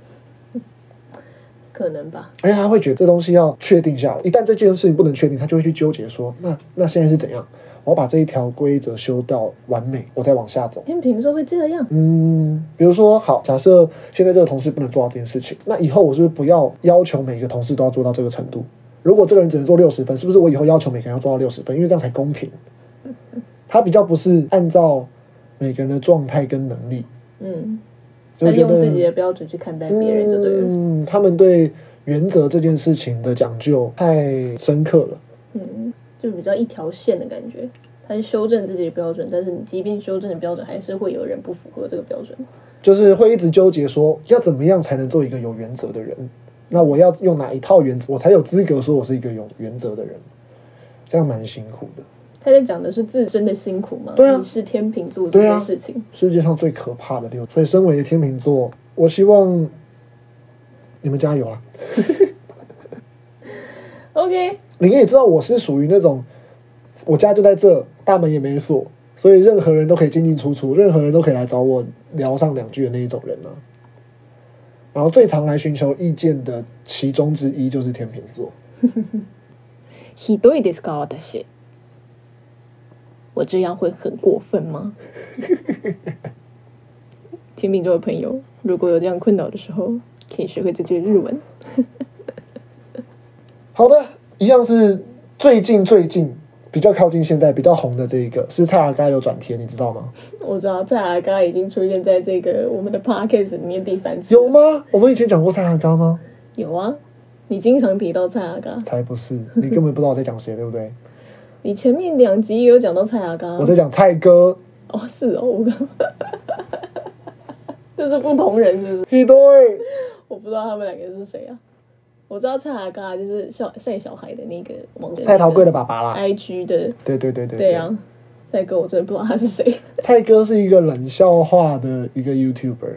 可能吧， 而且他会觉得这东西要确定下来，一旦这件事情不能确定，他就会去纠结说，那那现在是怎样？我要把这一条规则修到完美，我再往下走。 天秤座会这样？ 嗯，比如说，好，假设现在这个同事不能做到这件事情，那以后我是不是不要要求每个同事都要做到这个程度？如果这个人只能做六十分，是不是我以后要求每个人要做到六十分？因为这样才公平。他比较不是按照每个人的状态跟能力，嗯， 他用自己的标准去看待别人就对了。 嗯，他们对原则这件事情的讲究太深刻了。 嗯，就比较一条线的感觉。他是修正自己的标准，但是你即便修正的标准，还是会有人不符合这个标准。 就是会一直纠结说，要怎么样才能做一个有原则的人？那我要用哪一套原则，我才有资格说我是一个有原则的人？这样蛮辛苦的。 他在讲的是自身的辛苦吗？ 对啊， 你是天秤座这件事情， 啊，世界上最可怕的六。所以，身为天秤座，我希望你们加油啊 ！OK， 你也知道我是属于那种，我家就在这，大门也没锁，所以任何人都可以进进出出，任何人都可以来找我聊上两句的那一种人啊。然后最常来寻求意见的其中之一就是天秤座。 ひどいですか私？我这样会很过分吗？天秤座的朋友，如果有这样困扰的时候，可以学会这句日文。 好的，一样是最近最近比较靠近现在比较红的这一个是蔡阿嘎有转贴，你知道吗？ 我知道蔡阿嘎已经出现在这个我们的 podcast 里面第三次。 有吗？我们以前讲过蔡阿嘎吗？ 有啊，你经常提到蔡阿嘎。 才不是，你根本不知道我在讲谁，对不对？ 你前面两集也有讲到蔡阿嘎， 我在讲蔡哥。 哦，是哦，我刚，这是不同人，是不是？ 一对， 我不知道他们两个是谁啊。我知道蔡阿嘎就是小晒小孩的那个网蔡桃贵的爸爸啦 ，I G 的， 对对对对对啊。蔡哥我真的不知道他是谁。 蔡哥是一个冷笑话的一个 YouTuber，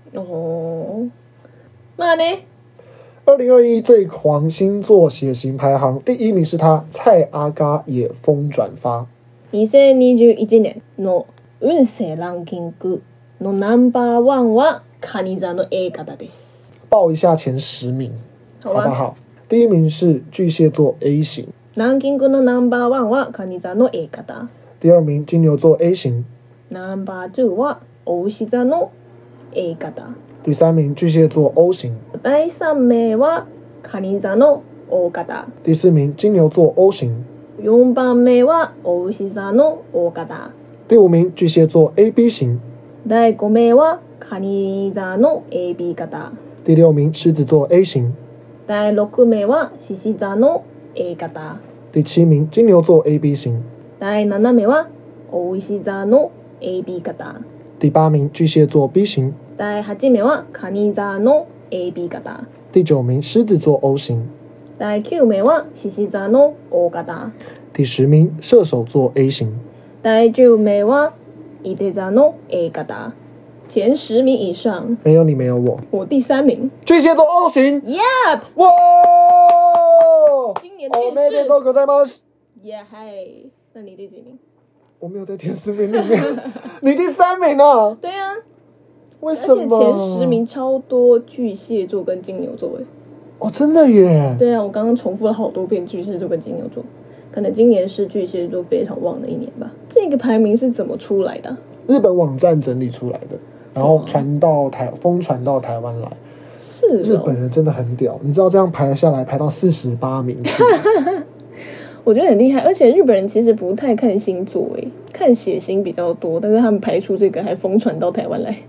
哦，まあね。 二零二一最狂星座血型排行第一名是他，蔡阿嘎也疯转发。 二千二十一年の運勢ランキングのナンバーワンは蟹座の A 型です。 报一下前十名， 好吧好不好？第一名是巨蟹座 A 型， ランキングのナンバーワンは蟹座の A 型。 第二名金牛座 A 型， ナンバーツーは牡牛座の A 型。 第三名巨蟹座 O 型， 第三名は蟹座の O 型。 第四名金牛座 O 型， よんばんめは牡牛座の O 型。 第五名巨蟹座 A B 型， 第五名は蟹座の A B 型。 第六名狮子座 A 型， 第六名は獅子座の A 型。 第七名金牛座 A B 型， 第七名は牡牛座の A B 型。 第八名巨蟹座 B 型， 第八名は蟹座の A B 型。 第九名狮子座 O 型， 第九名は獅子座の O 型。 第十名射手座 A 型。 第十名は伊手座の A 型。前十名以上， 没有你，没有我。 我第三名。 巨蟹座 O 型。 Yep， 哇！ 今年电おめで视。 とうございます。 耶嘿，那你第几名？ 我没有在前十名里面，你第三名啊？ 对啊， 为而且什么？ 前十名超多巨蟹座跟金牛座诶。 哦，真的耶！ 对啊，我刚刚重复了好多遍巨蟹座跟金牛座，可能今年是巨蟹座非常旺的一年吧。这个排名是怎么出来的啊？ 日本网站整理出来的，然后传到台，疯传到台湾来。 是哦， 日本人真的很屌，你知道这样排下来，排到四十八名去。 我觉得很厉害，而且日本人其实不太看星座诶，看血型比较多，但是他们排出这个还疯传到台湾来。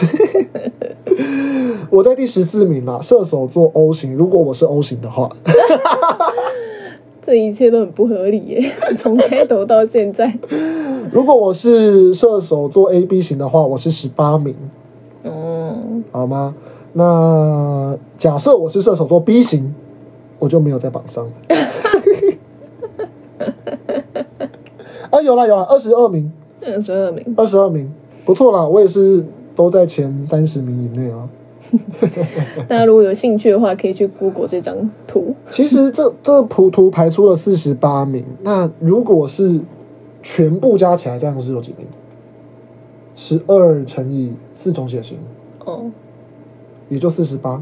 我在第十四名啦，射手座 O 型。如果我是 O 型的话， 这一切都很不合理耶，从开头到现在。 如果我是射手座 A B 型的话，我是十八名， 哦， 好吗？那假设我是射手座 B 型，我就没有在榜上。啊，有啦有啦，二十二名， 二十二名， 二十二名，不错啦，我也是都在前三十名以内啊。 大家如果有兴趣的话，可以去 Google 这张图。 其实这这图图排出了四十八名，那如果是全部加起来，这样是有几名？十二乘以四种血型， 哦， 也就四十八。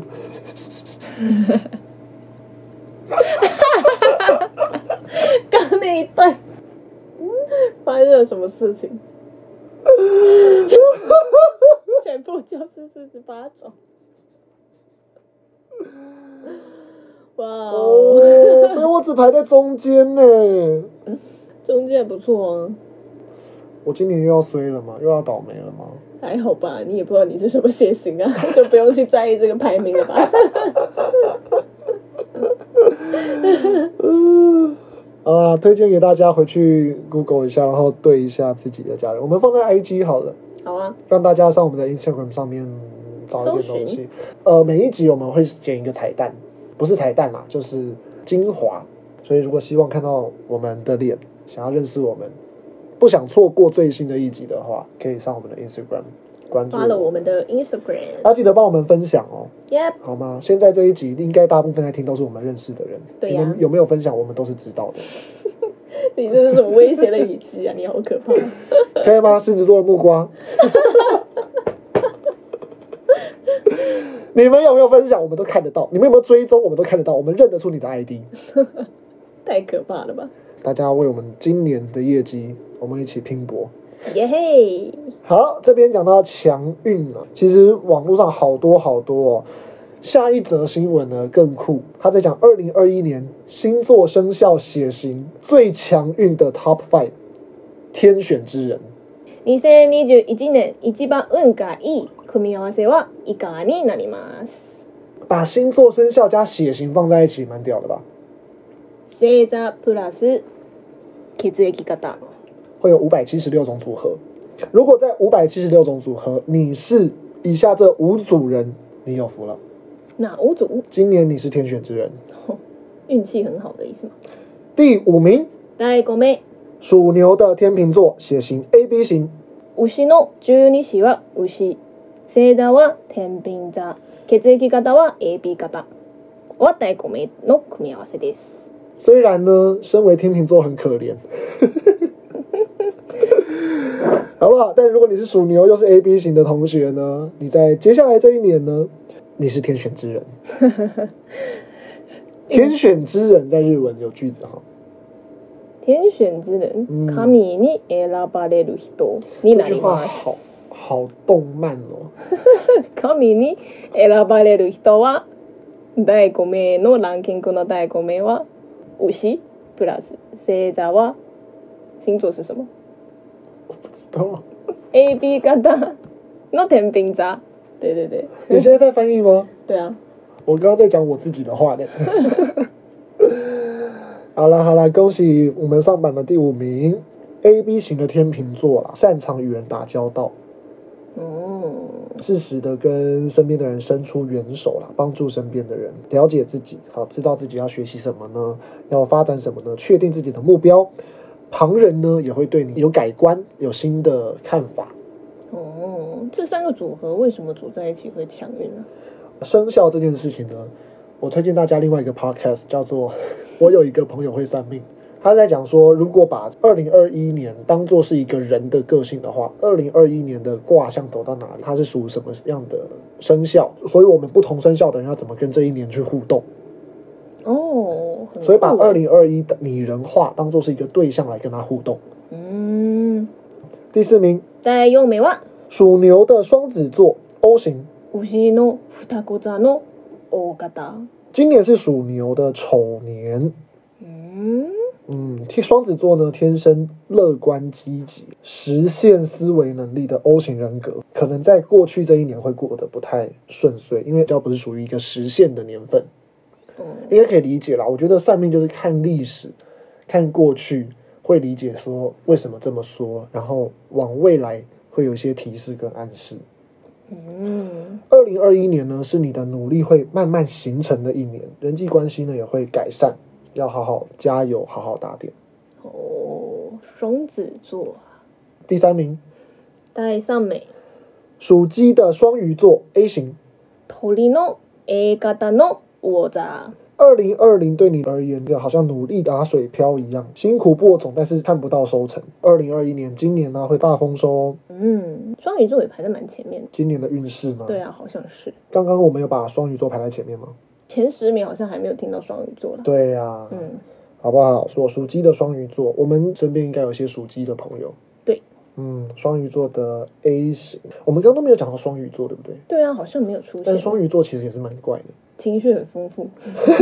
刚那一段发生了什么事情？全部就是四十八种。哇哦！ 哦，所以我只排在中间呢。 中间不错啊， 我今年又要衰了吗？又要倒霉了吗？ 还好吧？你也不知道你是什么血型啊，就不用去在意这个排名了吧？ 啊，推荐给大家回去 Google 一下，然后对一下自己的家人。我们放在 I G 好了， 好啊， 让大家上我们的 Instagram 上面找一点东西。呃，每一集我们会剪一个彩蛋，不是彩蛋啦，就是精华。所以如果希望看到我们的脸，想要认识我们，不想错过最新的一集的话，可以上我们的 Instagram 关注。 发了我们的 Instagram， 要记得帮我们分享哦。 Yep， 好吗？现在这一集应该大部分在听都是我们认识的人， 对呀、 你们有没有分享，我们都是知道的。 你这是什么威胁的语气啊？你好可怕！ 可以吗？狮子座的木瓜。你们有没有分享？我们都看得到。你们有没有追踪？我们都看得到。我们认得出你的 I D。 太可怕了吧！ 大家为我们今年的业绩，我们一起拼搏。 耶嘿！ 好，这边讲到强运了，其实网络上好多好多哦。下一则新闻呢更酷，他在讲二零二一年星座生肖血型最强运的 Top Five 天选之人。 二千二十一年一番運がいい組み合わせはいかがになります。 把星座生肖加血型放在一起，蛮屌的吧？ 星座プラス血液型。 会有五百七十六种组合。如果在五百七十六种组合，你是以下这五组人，你有福了。 哪五组？ 今年你是天选之人， 运气很好的意思吗？ 第五名， 第五名， 属牛的天秤座，血型 A B 型。 牛の十二支は牛。 星座は天秤座、血液型は A B 型。終わったご名の組み合わせです。 虽然呢，身为天秤座很可怜，好不好？但如果你是属牛又是 A B 型的同学呢，你在接下来这一年呢，你是天选之人。天选之人在日文有句子哈。 天选之人、嗯、神に選ばれる人になります。 好好動漫哦。 神に選ばれる人はだいご名のランキングのだいご名は牛プラス星座は星座是什么？ 我不知道。 A B 型の天秤座。对对对。 你现在在翻译吗？ 对啊。 我刚刚在讲我自己的话呢。好啦好啦，恭喜我们上榜的第五名 A B 型的天秤座啦，擅长与人打交道， 哦， 适时的跟身边的人伸出援手啦，帮助身边的人，了解自己，好，知道自己要学习什么呢？要发展什么呢？确定自己的目标，旁人呢也会对你有改观，有新的看法。 哦，这三个组合为什么组在一起会强运呢？ 生肖这件事情呢，我推荐大家另外一个 podcast 叫做我有一个朋友会算命，他在讲说，如果把二零二一年当作是一个人的个性的话，二零二一年的卦象走到哪里，它是属于什么样的生肖，所以我们不同生肖的人要怎么跟这一年去互动。 哦， 所以把二零二一的拟人化当作是一个对象来跟他互动。 嗯， 第四名， 第四名は属牛的双子座 O 型。 牛の双子座の O 型。 今年是属牛的丑年。 嗯嗯，双子座呢，天生乐观积极、实现思维能力的 O 型人格，可能在过去这一年会过得不太顺遂，因为这不是属于一个实现的年份。 嗯， 应该可以理解啦。我觉得算命就是看历史，看过去，会理解说为什么这么说，然后往未来会有一些提示跟暗示。 嗯， 二零二一年呢，是你的努力会慢慢形成的一年，人际关系呢也会改善，要好好加油，好好打点。 哦，双子座。 第三名， 第三名， 属鸡的双鱼座 A 型。 鳥の A 型の魚座。 二零二零对你而言，好像努力打水漂一样，辛苦播种，但是看不到收成。二零二一年，今年呢、啊、会大丰收哦。 嗯，双鱼座也排在蛮前面的。 今年的运势吗？ 对啊，好像是。 刚刚我们有把双鱼座排在前面吗？ 前十名好像还没有听到双鱼座了。 对呀、啊， 嗯， 好不好？说属鸡的双鱼座，我们身边应该有一些属鸡的朋友。 对， 嗯，双鱼座的 A 型，我们刚刚都没有讲到双鱼座，对不对？ 对啊，好像没有出现。 但双鱼座其实也是蛮怪的。 情绪很丰富。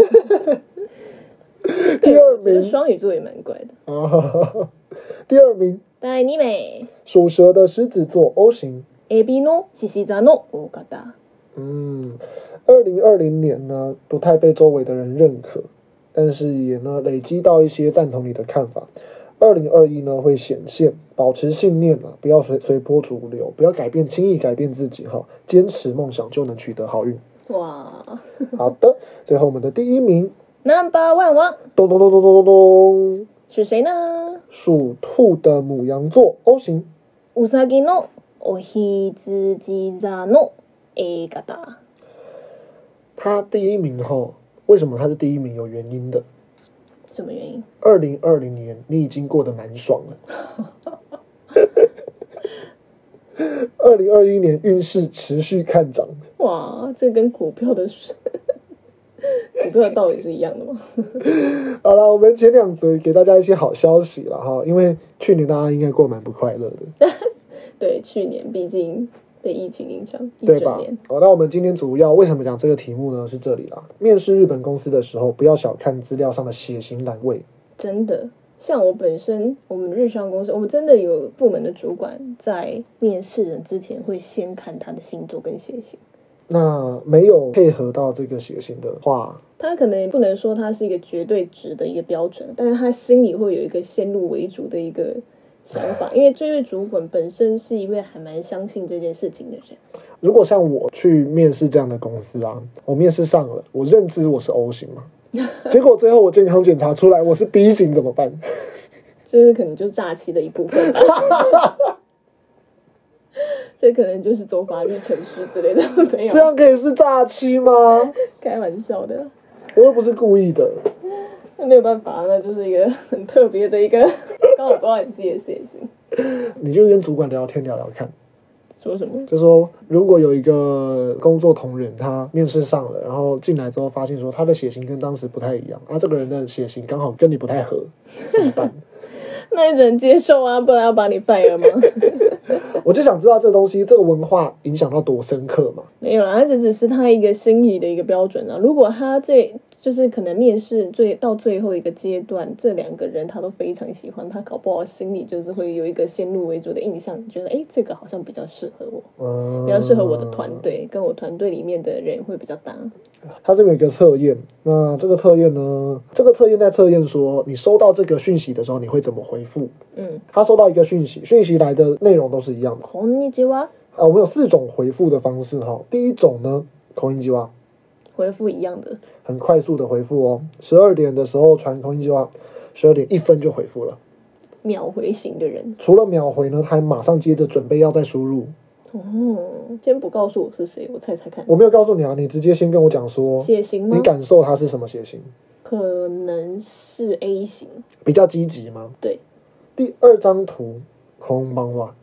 第二名， 双鱼座也蛮怪的。 啊，第二名， 第二名， 属蛇的狮子座 O 型。 A B の獅子座の O 型。 嗯，二零二零年呢，不太被周围的人认可，但是也呢累积到一些赞同你的看法。二零二一呢会显现，保持信念啊，不要随随波逐流，不要改变，轻易改变自己哈，坚持梦想就能取得好运。 哇， 好的，最后我们的第一名 ，Number One は咚咚咚咚咚咚咚， 是谁呢？ 属兔的牡羊座 O 型。 うさぎのおひつじ座の A 型。 他第一名哈，为什么他是第一名？有原因的。 什么原因？ 二零二零年你已经过得蛮爽了。二零二一年运势持续看涨。 哇，这跟股票的股票的道理是一样的吗？ 好了，我们前两则给大家一些好消息了哈，因为去年大家应该过蛮不快乐的。 对，去年毕竟被疫情影响一对吧？ 整年。 好，那我们今天主要为什么讲这个题目呢？是这里啦。面试日本公司的时候，不要小看资料上的血型栏位。 真的，像我本身，我们日商公司，我们真的有部门的主管在面试人之前会先看他的星座跟血型。 那没有配合到这个血型的话， 他可能也不能说他是一个绝对值的一个标准，但是他心里会有一个先入为主的一个想法，因为这位主管本身是一位还蛮相信这件事情的人。 如果像我去面试这样的公司啊，我面试上了，我认知我是 O 型嘛，结果最后我健康检查出来我是 B 型怎么办？ 这是可能就是诈欺的一部分吧。 这可能就是走法律程序之类的，没有？ 这样可以是诈欺吗？ 开玩笑的， 我又不是故意的。 那没有办法，那就是一个很特别的一个刚好不知道你自己的血型。 你就跟主管聊天聊聊看。 说什么？ 就说如果有一个工作同仁，他面试上了，然后进来之后发现说他的血型跟当时不太一样，啊，这个人的血型刚好跟你不太合，怎么办？ 那你只能接受啊，不然要把你 fire 吗？ 我就想知道这东西，这个文化影响到多深刻嘛？ 没有啦，它这只是他一个心仪的一个标准啊。如果他最就是可能面试最到最后一个阶段，这两个人他都非常喜欢，他搞不好心里就是会有一个先入为主的印象，觉得哎，这个好像比较适合我， 嗯， 比较适合我的团队，跟我团队里面的人会比较搭。 它这边有一个测验，那这个测验呢，这个测验在测验说你收到这个讯息的时候，你会怎么回复？ 嗯， 他收到一个讯息，讯息来的内容都是一样的。 こんにちは。 啊，我们有四种回复的方式哈。第一种呢，口音计划， 回复一样的， 很快速的回复哦。十二点的时候传口音计划，十二点一分就回复了。 秒回型的人。 除了秒回呢，他还马上接着准备要再输入。 哦，先不告诉我是谁，我猜猜看。 我没有告诉你啊，你直接先跟我讲说血型吗？ 你感受他是什么血型？ 可能是 A 型。 比较积极吗？ 对。 第二张图，空邦哇。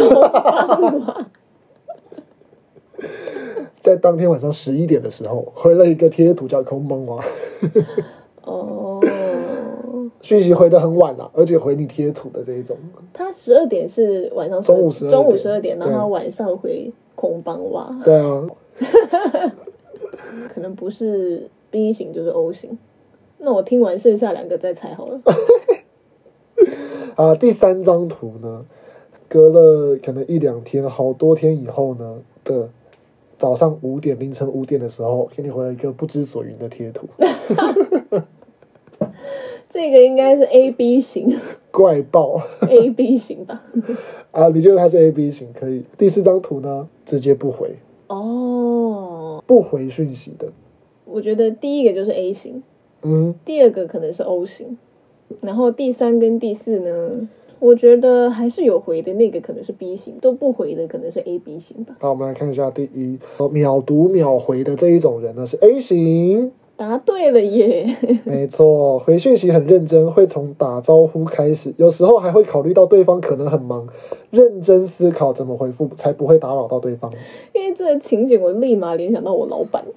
在当天晚上十一点的时候，回了一个贴图叫空邦哇。 哦。 讯息回得很晚了，而且回你贴图的这一种。 他十二点是晚上中午十二点， 中午十二点，然后他晚上回空邦哇。 对啊。 可能不是 B 型就是 O 型，那我听完剩下两个再猜好了。 啊，第三张图呢，隔了可能一两天，好多天以后呢的早上五点，凌晨五点的时候，给你回了一个不知所云的贴图。 这个应该是 A B 型， 怪爆。 A B 型吧。 啊，你觉得他是 A B 型？可以。第四张图呢，直接不回。 哦， 不回讯息的。 我觉得第一个就是 A 型， 嗯， 第二个可能是 O 型，然后第三跟第四呢，我觉得还是有回的那个可能是 B 型，都不回的可能是 A B 型吧。 好，我们来看一下第一，秒读秒回的这一种人呢是 A 型。 答对了耶！ 没错，回讯息很认真，会从打招呼开始，有时候还会考虑到对方可能很忙，认真思考怎么回复，才不会打扰到对方。 因为这个情景，我立马联想到我老板，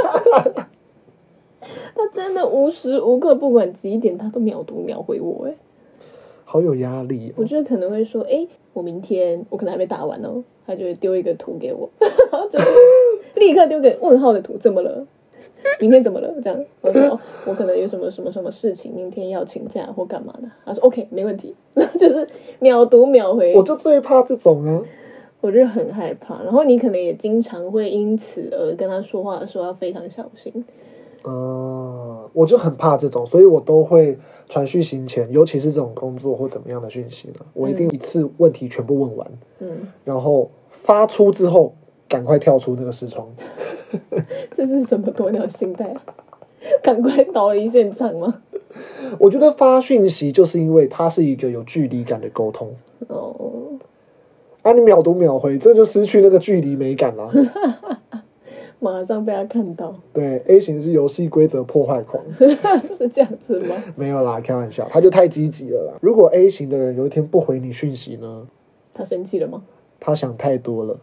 他真的无时无刻不管几点，他都秒读秒回我，哎， 好有压力哦。 我觉得可能会说，哎，我明天我可能还没打完哦，他就会丢一个图给我，就是立刻丢个问号的图，怎么了？明天怎么了？这样，我说、哦、我可能有什么什么什么事情，明天要请假或干嘛的。他说 OK， 没问题，就是秒读秒回。 我就最怕这种啊， 我就很害怕。然后你可能也经常会因此而跟他说话的时候要非常小心。 呃，我就很怕这种，所以我都会传讯息前，尤其是这种工作或怎么样的讯息呢，我一定一次问题全部问完，嗯，然后发出之后赶快跳出那个视窗。 这是什么鸵鸟心态？赶快逃离现场吗？ 我觉得发讯息就是因为它是一个有距离感的沟通。 哦， 啊，你秒读秒回，这就失去那个距离美感了。 马上被他看到。 对 ，A 型是游戏规则破坏狂。 是这样子吗？ 没有啦，开玩笑，他就太积极了啦。如果 A 型的人有一天不回你讯息呢？ 他生气了吗？ 他想太多了。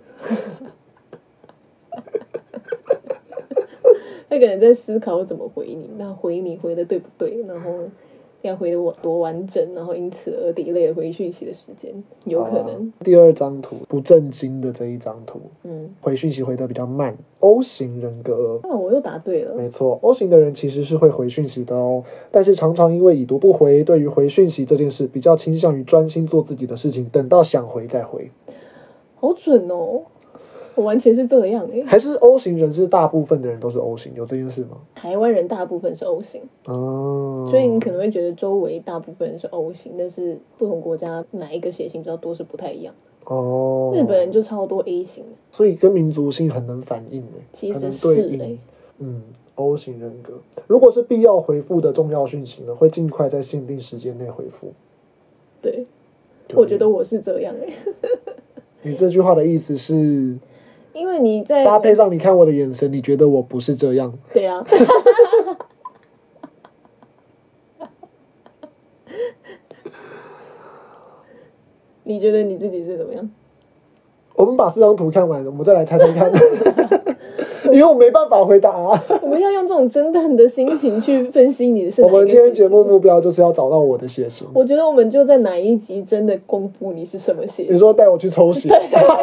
他可能在思考我怎么回你，那回你回的对不对，然后要回的我多完整，然后因此而 delay 回讯息的时间，有可能。 啊、第二张图不正经的这一张图，嗯，回讯息回的比较慢 ，O 型人格。 啊，我又答对了。 没错 ，O 型的人其实是会回讯息的哦，但是常常因为已读不回，对于回讯息这件事比较倾向于专心做自己的事情，等到想回再回。 好准哦！我完全是这样哎、欸， 还是 O 型人是大部分的人都是 O 型，有这件事吗？ 台湾人大部分是 O 型哦，所以你可能会觉得周围大部分人是 O 型，但是不同国家哪一个血型比较多是不太一样哦。日本人就超多 A 型， 所以跟民族性很能反映哎， 其实是哎、欸， 嗯 ，O 型人格，如果是必要回复的重要讯息呢，会尽快在限定时间内回复。 对，我觉得我是这样哎、欸。 你这句话的意思是， 因为你在搭配上你看我的眼神，你觉得我不是这样？ 对啊。你觉得你自己是怎么样？ 我们把这张图看完，我们再来猜猜看。因为我没办法回答啊。 我们要用这种侦探的心情去分析你的是哪一个。 我们今天节目目标就是要找到我的血型。 我觉得我们就在哪一集真的公布你是什么血型。 你说带我去抽血。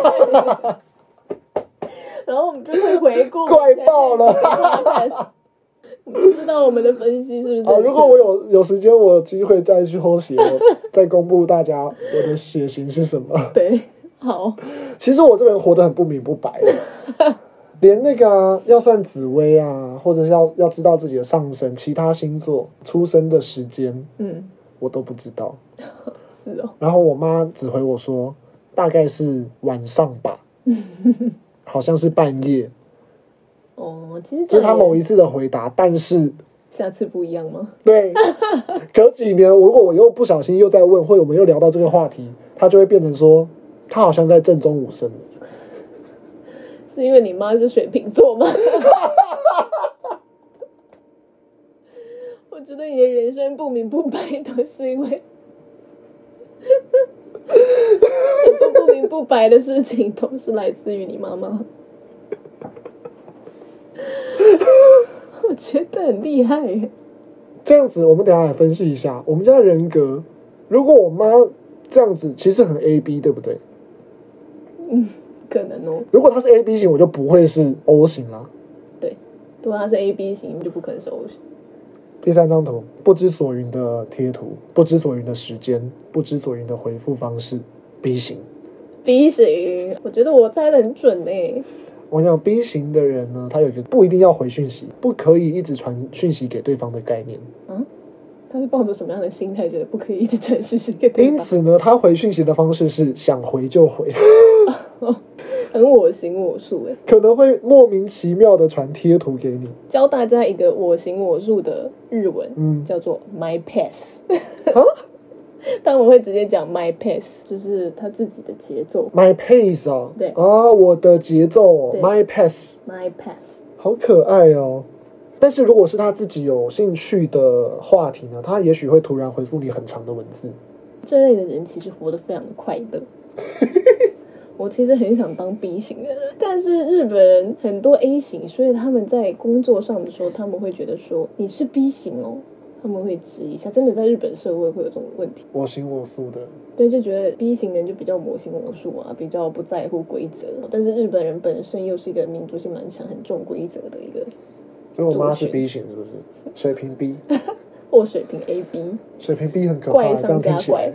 然后我们就会回顾。 怪爆了。 不知道我们的分析是不是好，如果我有有时间，我有机会再去抽血，再公布大家我的血型是什么。 对，好。 其实我这个人活得很不明不白。连那个、啊、要算紫微啊，或者是要要知道自己的上升、其他星座出生的时间，嗯，我都不知道。 是哦。 然后我妈只回我说，大概是晚上吧，好像是半夜。 哦，其实这是她某一次的回答，但是下次不一样吗？ 对，隔几年，如果我又不小心又在问，或者我们又聊到这个话题，她就会变成说，她好像在正中午生。 是因为你妈是水瓶座吗？我觉得你的人生不明不白都是因为很多不明不白的事情都是来自于你妈妈。我觉得很厉害耶。 这样子，我们等一下来分析一下我们家人格。如果我妈这样子，其实很 A B， 对不对？ 嗯。可能哦。 如果他是 A B 型，我就不会是 O 型啦。 对，如果他是 A B 型，就不可能是 O 型。 第三张图，不知所云的贴图，不知所云的时间，不知所云的回复方式 ，B 型。 B 型，我觉得我猜的很准诶。 我讲 B 型的人呢，他有一个不一定要回讯息，不可以一直传讯息给对方的概念。 嗯。他是抱着什么样的心态，觉得不可以一直传讯息给对方？ 因此呢，他回讯息的方式是想回就回。 很我行我素哎， 可能会莫名其妙的传贴图给你。 教大家一个我行我素的日文，嗯，叫做 my pace。啊？但我会直接讲 my pace， 就是他自己的节奏。 my pace 哦， 对啊，我的节奏哦 ，my pace，my pace， 好可爱哦。但是如果是他自己有兴趣的话题呢，他也许会突然回复你很长的文字。 这类的人其实活得非常的快乐。我其实很想当 B 型的人，但是日本人很多 A 型，所以他们在工作上的时候，他们会觉得说你是 B 型哦，他们会质疑一下。真的在日本社会会有这种问题， 我行我素的， 对，就觉得 B 型人就比较我行我素啊，比较不在乎规则。但是日本人本身又是一个民族性蛮强、很重规则的一个。 所以我妈是 B 型，是不是？水瓶 B， 或水瓶 A B， 水瓶 B 很可怕， 怪上加怪。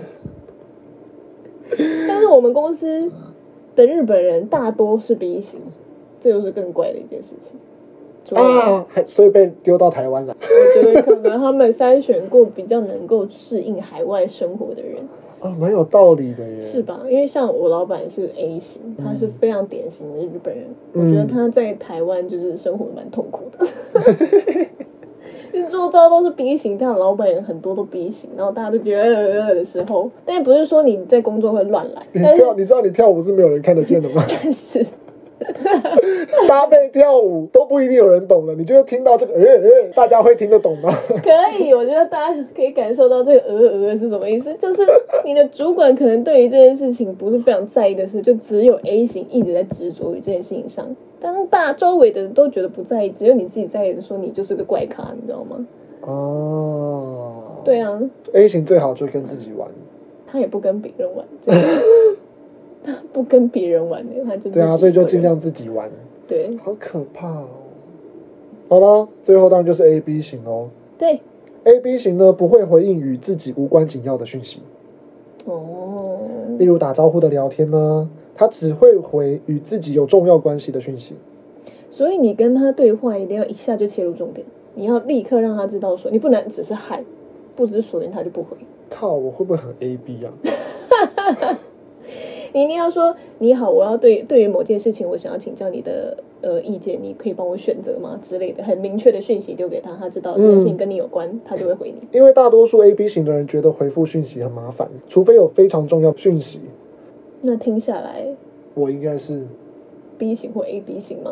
但是我们公司的日本人大多是 B 型，这又是更怪的一件事情啊！所以被丢到台湾了。 我觉得可能他们筛选过比较能够适应海外生活的人。 啊，蛮有道理的耶， 是吧？因为像我老板是 A 型，他是非常典型的日本人。嗯、我觉得他在台湾就是生活蛮痛苦的。因为周遭都是 B 型，但老板也很多都 B 型，然后大家都觉得呃呃的时候，但也不是说你在工作会乱来。 你跳，你知道你跳舞是没有人看得见的吗？ 但是搭配跳舞都不一定有人懂了，你就会听到这个呃呃，大家会听得懂吗？ 可以，我觉得大家可以感受到这个呃呃是什么意思，就是你的主管可能对于这件事情不是非常在意的事，就只有 A 型一直在执着于这件事情上。当大周围的人都觉得不在意，只有你自己在意的，说你就是个怪咖，你知道吗？哦，对啊 ，A 型最好就跟自己玩， 他也不跟别人玩，他不跟别人玩的，他就对啊，所以就尽量自己玩。 对， 好可怕哦。好了，最后当然就是 A B 型哦。 对 ，A B 型呢不会回应与自己无关紧要的讯息。哦，例如打招呼的聊天呢。他只会回与自己有重要关系的讯息， 所以你跟他对话一定要一下就切入重点，你要立刻让他知道说，你不能只是嗨，不知所云他就不回。 靠，我会不会很 A B 啊？ 你一定要说你好，我要对对于某件事情，我想要请教你的呃意见，你可以帮我选择吗之类的，很明确的讯息丢给他，他知道这件事情跟你有关，嗯、他就会回你。 因为大多数 A B 型的人觉得回复讯息很麻烦，除非有非常重要的讯息。 那听下来， 我应该是 B 型或 A B 型吗？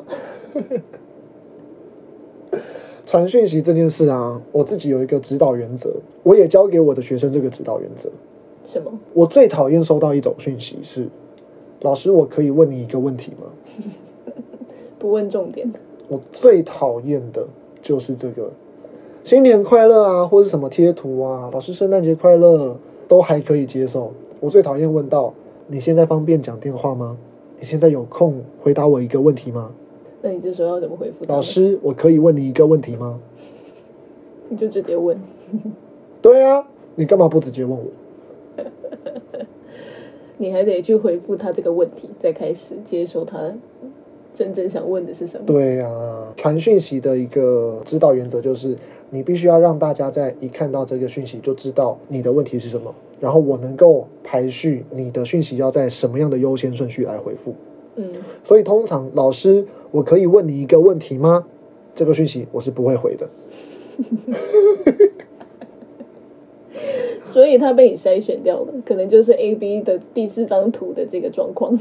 传讯息这件事啊，我自己有一个指导原则，我也教给我的学生这个指导原则。 什么？ 我最讨厌收到一种讯息是，老师，我可以问你一个问题吗？ 不问重点。 我最讨厌的就是这个，新年快乐啊，或是什么贴图啊，老师圣诞节快乐都还可以接受。我最讨厌问到，你现在方便讲电话吗？你现在有空回答我一个问题吗？ 那你这时候要怎么回复他？ 老师，我可以问你一个问题吗？ 你就直接问。 对啊，你干嘛不直接问我？ 你还得去回复他这个问题，再开始接受他真正想问的是什么。 对啊，传讯息的一个指导原则就是，你必须要让大家在一看到这个讯息就知道你的问题是什么，然后我能够排序你的讯息要在什么样的优先顺序来回复。 嗯， 所以通常老师，我可以问你一个问题吗？这个讯息我是不会回的。 所以他被你筛选掉了，可能就是 A B 的第四张图的这个状况。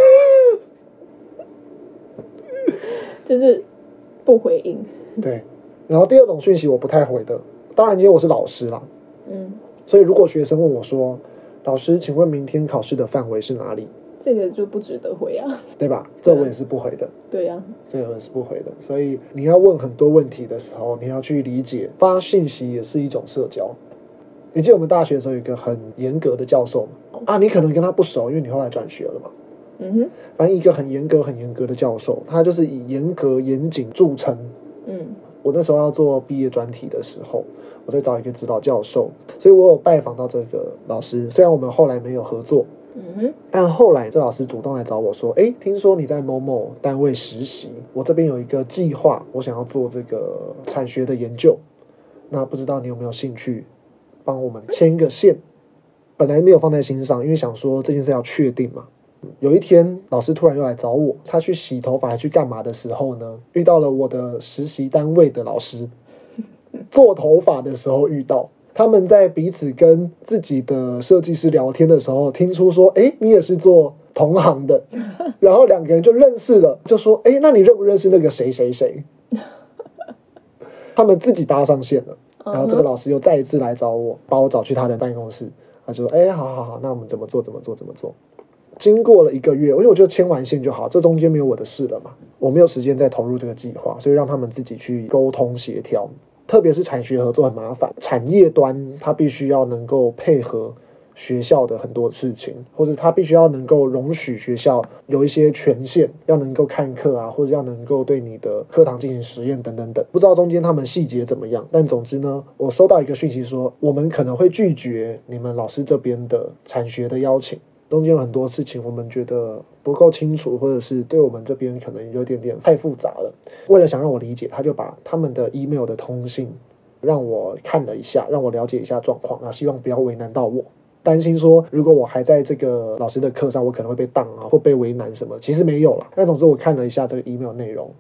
就是不回应。 对，然后第二种讯息我不太回的，当然今天我是老师啦， 嗯， 所以如果学生问我说，老师，请问明天考试的范围是哪里？ 这个就不值得回啊， 对吧？这我也是不回的。 对呀、啊， 这个我也是不回的。所以你要问很多问题的时候，你要去理解，发信息也是一种社交。你记得我们大学的时候有一个很严格的教授吗？啊，你可能跟他不熟，因为你后来转学了嘛。 嗯哼， 反正一个很严格、很严格的教授，他就是以严格、严谨著称。 嗯， 我那时候要做毕业专题的时候，我在找一个指导教授，所以我有拜访到这个老师。虽然我们后来没有合作， 嗯哼， 但后来这老师主动来找我说：“哎，听说你在某某单位实习，我这边有一个计划，我想要做这个产学的研究，那不知道你有没有兴趣帮我们牵个线？”本来没有放在心上，因为想说这件事要确定嘛。有一天，老师突然又来找我，他去洗头发还去干嘛的时候呢，遇到了我的实习单位的老师，做头发的时候遇到，他们在彼此跟自己的设计师聊天的时候，听出说，哎，你也是做同行的，然后两个人就认识了，就说，哎，那你认不认识那个谁谁谁？他们自己搭上线了，然后这个老师又再一次来找我，把我找去他的办公室，他就说，哎，好好好，那我们怎么做怎么做怎么做。经过了一个月，因为我就牵完线就好，这中间没有我的事了嘛，我没有时间再投入这个计划，所以让他们自己去沟通协调。特别是产学合作很麻烦，产业端它必须要能够配合学校的很多事情，或者它必须要能够容许学校有一些权限，要能够看课啊，或者要能够对你的课堂进行实验等等等。不知道中间他们细节怎么样，但总之呢，我收到一个讯息说，我们可能会拒绝你们老师这边的产学的邀请。中间有很多事情我们觉得不够清楚，或者是对我们这边可能有点点太复杂了。为了想让我理解，他就把他们的 email 的通信让我看了一下，让我了解一下状况，那希望不要为难到我。担心说如果我还在这个老师的课上，我可能会被当啊，或被为难什么，其实没有啦。但总之我看了一下这个 email 内容，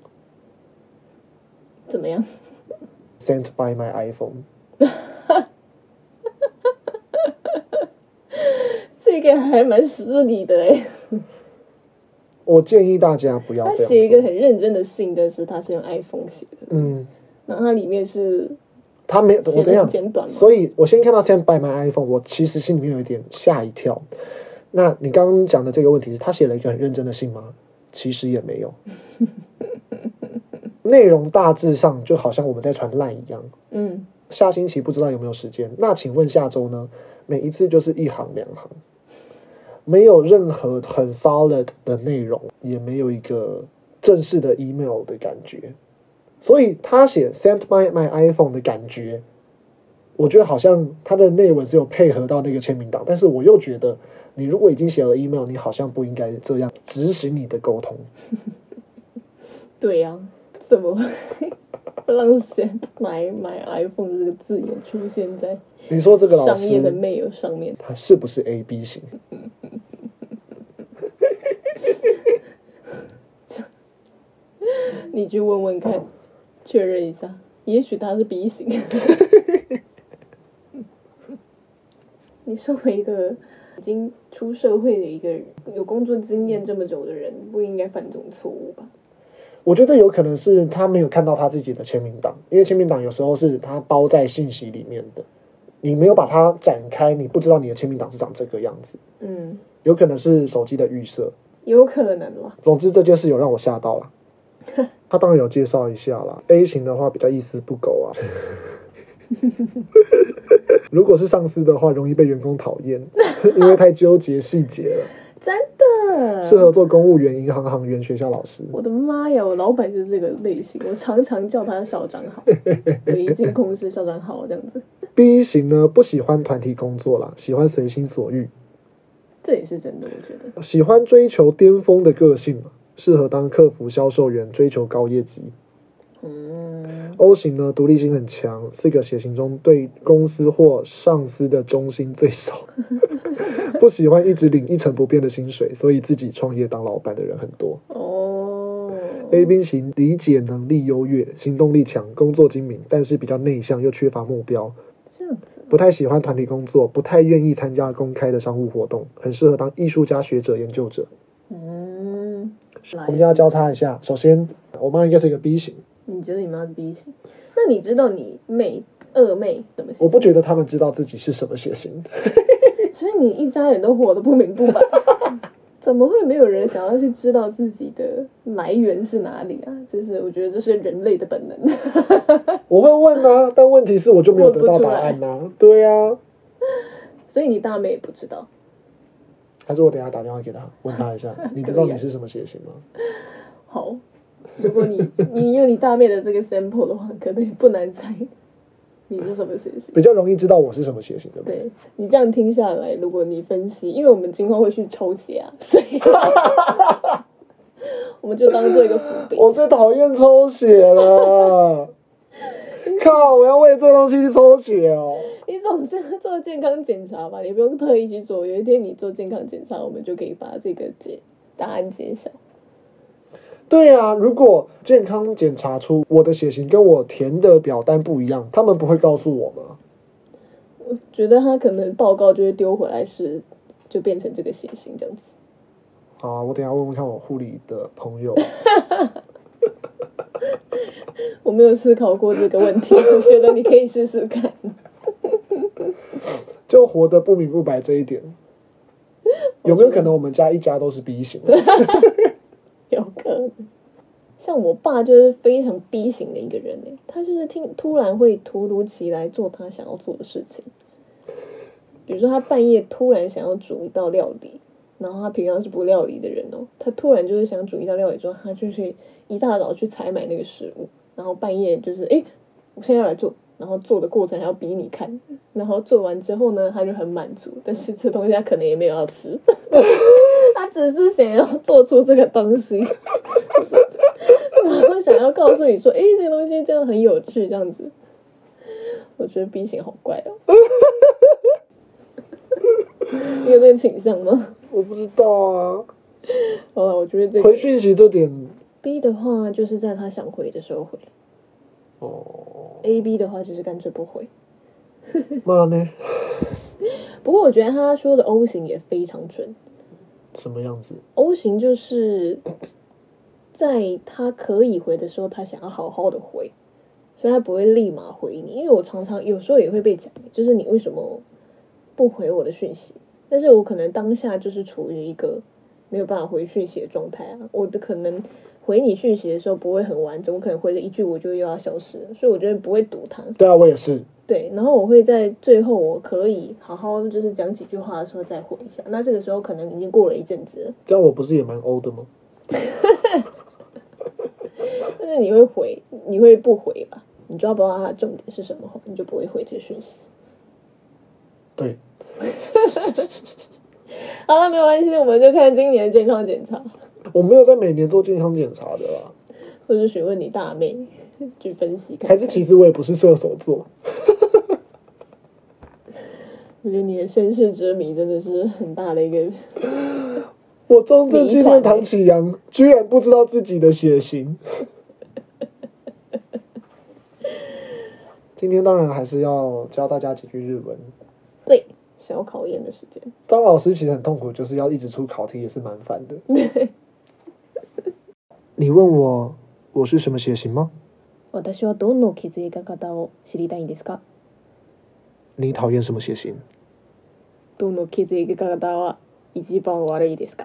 怎么样 ？Sent by my iPhone。 这个还蛮失礼的哎。 我建议大家不要这样做。 他写一个很认真的信，但是他是用 iPhone 写的。 嗯， 然后它里面是他没，我写的等一下很简短嘛。 所以我先看到 Sent by my iPhone， 我其实心里面有一点吓一跳。那你刚刚讲的这个问题是他写了一个很认真的信吗？其实也没有。内容大致上就好像我们在传 LINE 一样。 嗯， 下星期不知道有没有时间？那请问下周呢？每一次就是一行两行。没有任何很 solid 的内容，也没有一个正式的 email 的感觉，所以他写 sent by my iPhone 的感觉，我觉得好像他的内文是有配合到那个签名档，但是我又觉得你如果已经写了 email， 你好像不应该这样执行你的沟通。 对呀、啊，怎么会让 sent by my iPhone 这个字眼出现在你说这个老师商业的 mail 上面， 他是不是 A B 型？ 你去问问看，确认一下，也许他是 B 型。你身为一个已经出社会的一个人，有工作经验这么久的人，不应该犯这种错误吧？ 我觉得有可能是他没有看到他自己的签名档，因为签名档有时候是他包在信息里面的，你没有把它展开，你不知道你的签名档是长这个样子。嗯，有可能是手机的预设， 有可能啦。 总之这件事有让我吓到了。他当然有介绍一下啦 ，A 型的话比较一丝不苟啊。如果是上司的话，容易被员工讨厌，因为太纠结细节了。 真的适合做公务员、银行行员、学校老师。 我的妈呀，我老板就是这个类型，我常常叫他校长好，我一进公司校长好这样子。 B 型呢，不喜欢团体工作啦，喜欢随心所欲。 这也是真的，我觉得。 喜欢追求巅峰的个性，适合当客服、销售员，追求高业绩。嗯 O 型呢，独立性很强，四个血型中对公司或上司的忠心最少，不喜欢一直领一成不变的薪水，所以自己创业当老板的人很多。哦 A B 型理解能力优越，行动力强，工作精明，但是比较内向又缺乏目标， 这样子不太喜欢团体工作，不太愿意参加公开的商务活动，很适合当艺术家、学者、研究者。嗯，我们就要教他一下。首先，我妈应该是一个 B 型。 你觉得你妈是 B 型？那你知道你妹二妹什么血型？ 我不觉得他们知道自己是什么血型。 所以你一家人都活得不明不白，怎么会没有人想要去知道自己的来源是哪里啊？这是我觉得这是人类的本能。 我会问啊，但问题是我就没有得到答案啊。对啊， 所以你大妹也不知道。 还是我等一下打电话给他，问他一下，你知道你是什么血型吗？ 好。如果你你有你大妹的这个 sample 的话，可能也不难猜你是什么血型， 比较容易知道我是什么血型的。 对，你这样听下来，如果你分析，因为我们今后会去抽血啊，所以我们就当做一个伏笔。 我最讨厌抽血了，靠！我要为这东西去抽血哦。 你总是要做健康检查吧，你不用特意去做。有一天你做健康检查，我们就可以把这个解答案揭晓。 对啊，如果健康检查出我的血型跟我填的表单不一样，他们不会告诉我吗？ 我觉得他可能报告就会丢回来是，就变成这个血型这样子。 好啊，我等一下问问看我护理的朋友。 我没有思考过这个问题，我觉得你可以试试看。 就活得不明不白这一点，有没有可能我们家一家都是 B 型？ 有可能，像我爸就是非常 B 型的一个人，他就是听突然会突如其来做他想要做的事情，比如说他半夜突然想要煮一道料理，然后他平常是不料理的人哦，他突然就是想煮一道料理之后，他就去一大早去采买那个食物，然后半夜就是哎，我现在要来做，然后做的过程还要逼你看，然后做完之后呢，他就很满足，但是这东西他可能也没有要吃。他只是想要做出这个东西，然后想要告诉你说，哎，这个东西真的很有趣，这样子。我觉得 B 型好怪哦。你有这个倾向吗？ 我不知道啊。 好了，我觉得这个回讯息这点 B 的话，就是在他想回的时候回。哦。A B 的话，就是干脆不回。 妈呢？ 不过我觉得他说的 O 型也非常准。 什么样子 ？O 型就是在他可以回的时候，他想要好好的回，所以他不会立马回你。因为我常常有时候也会被讲，就是你为什么不回我的讯息？但是我可能当下就是处于一个没有办法回讯息的状态啊。我的可能回你讯息的时候不会很完整，我可能回了一句我就又要消失了，所以我觉得不会堵他。 对啊，我也是。 对，然后我会在最后我可以好好就是讲几句话的时候再回一下，那这个时候可能已经过了一阵子了。 这样我不是也蛮欧的吗？ 但是你会回，你会不回吧？你抓不到它的重点是什么，你就不会回这个讯息。 对。 好了，没有关系，我们就看今年的健康检查。 我没有在每年做健康检查的啦。 或者询问你大妹去分析看看。 还是其实我也不是射手座。 我觉得你的身世之谜真的是很大的一个。 我中正纪念唐启阳居然不知道自己的血型。今天当然还是要教大家几句日文。 对， 小考验的时间。 当老师其实很痛苦，就是要一直出考题，也是蛮烦的。你问我我是什么血型吗？ 私はどの血液型を知りたいんですか？ 你讨厌什么血型？ どの血液型は一番悪いですか？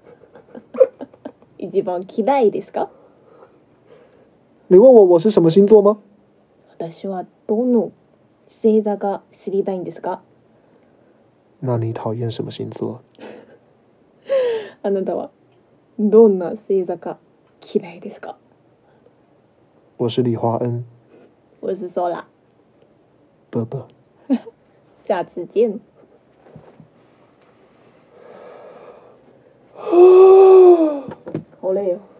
一番嫌いですか？ 你问我我是什么星座吗？ 私はどの星座が知りたいんですか？ 那你讨厌什么星座？ あなたはどんな星座か嫌いですか？ 我是李华恩。 我是 Sola， 啵啵。 下次见。好累哦。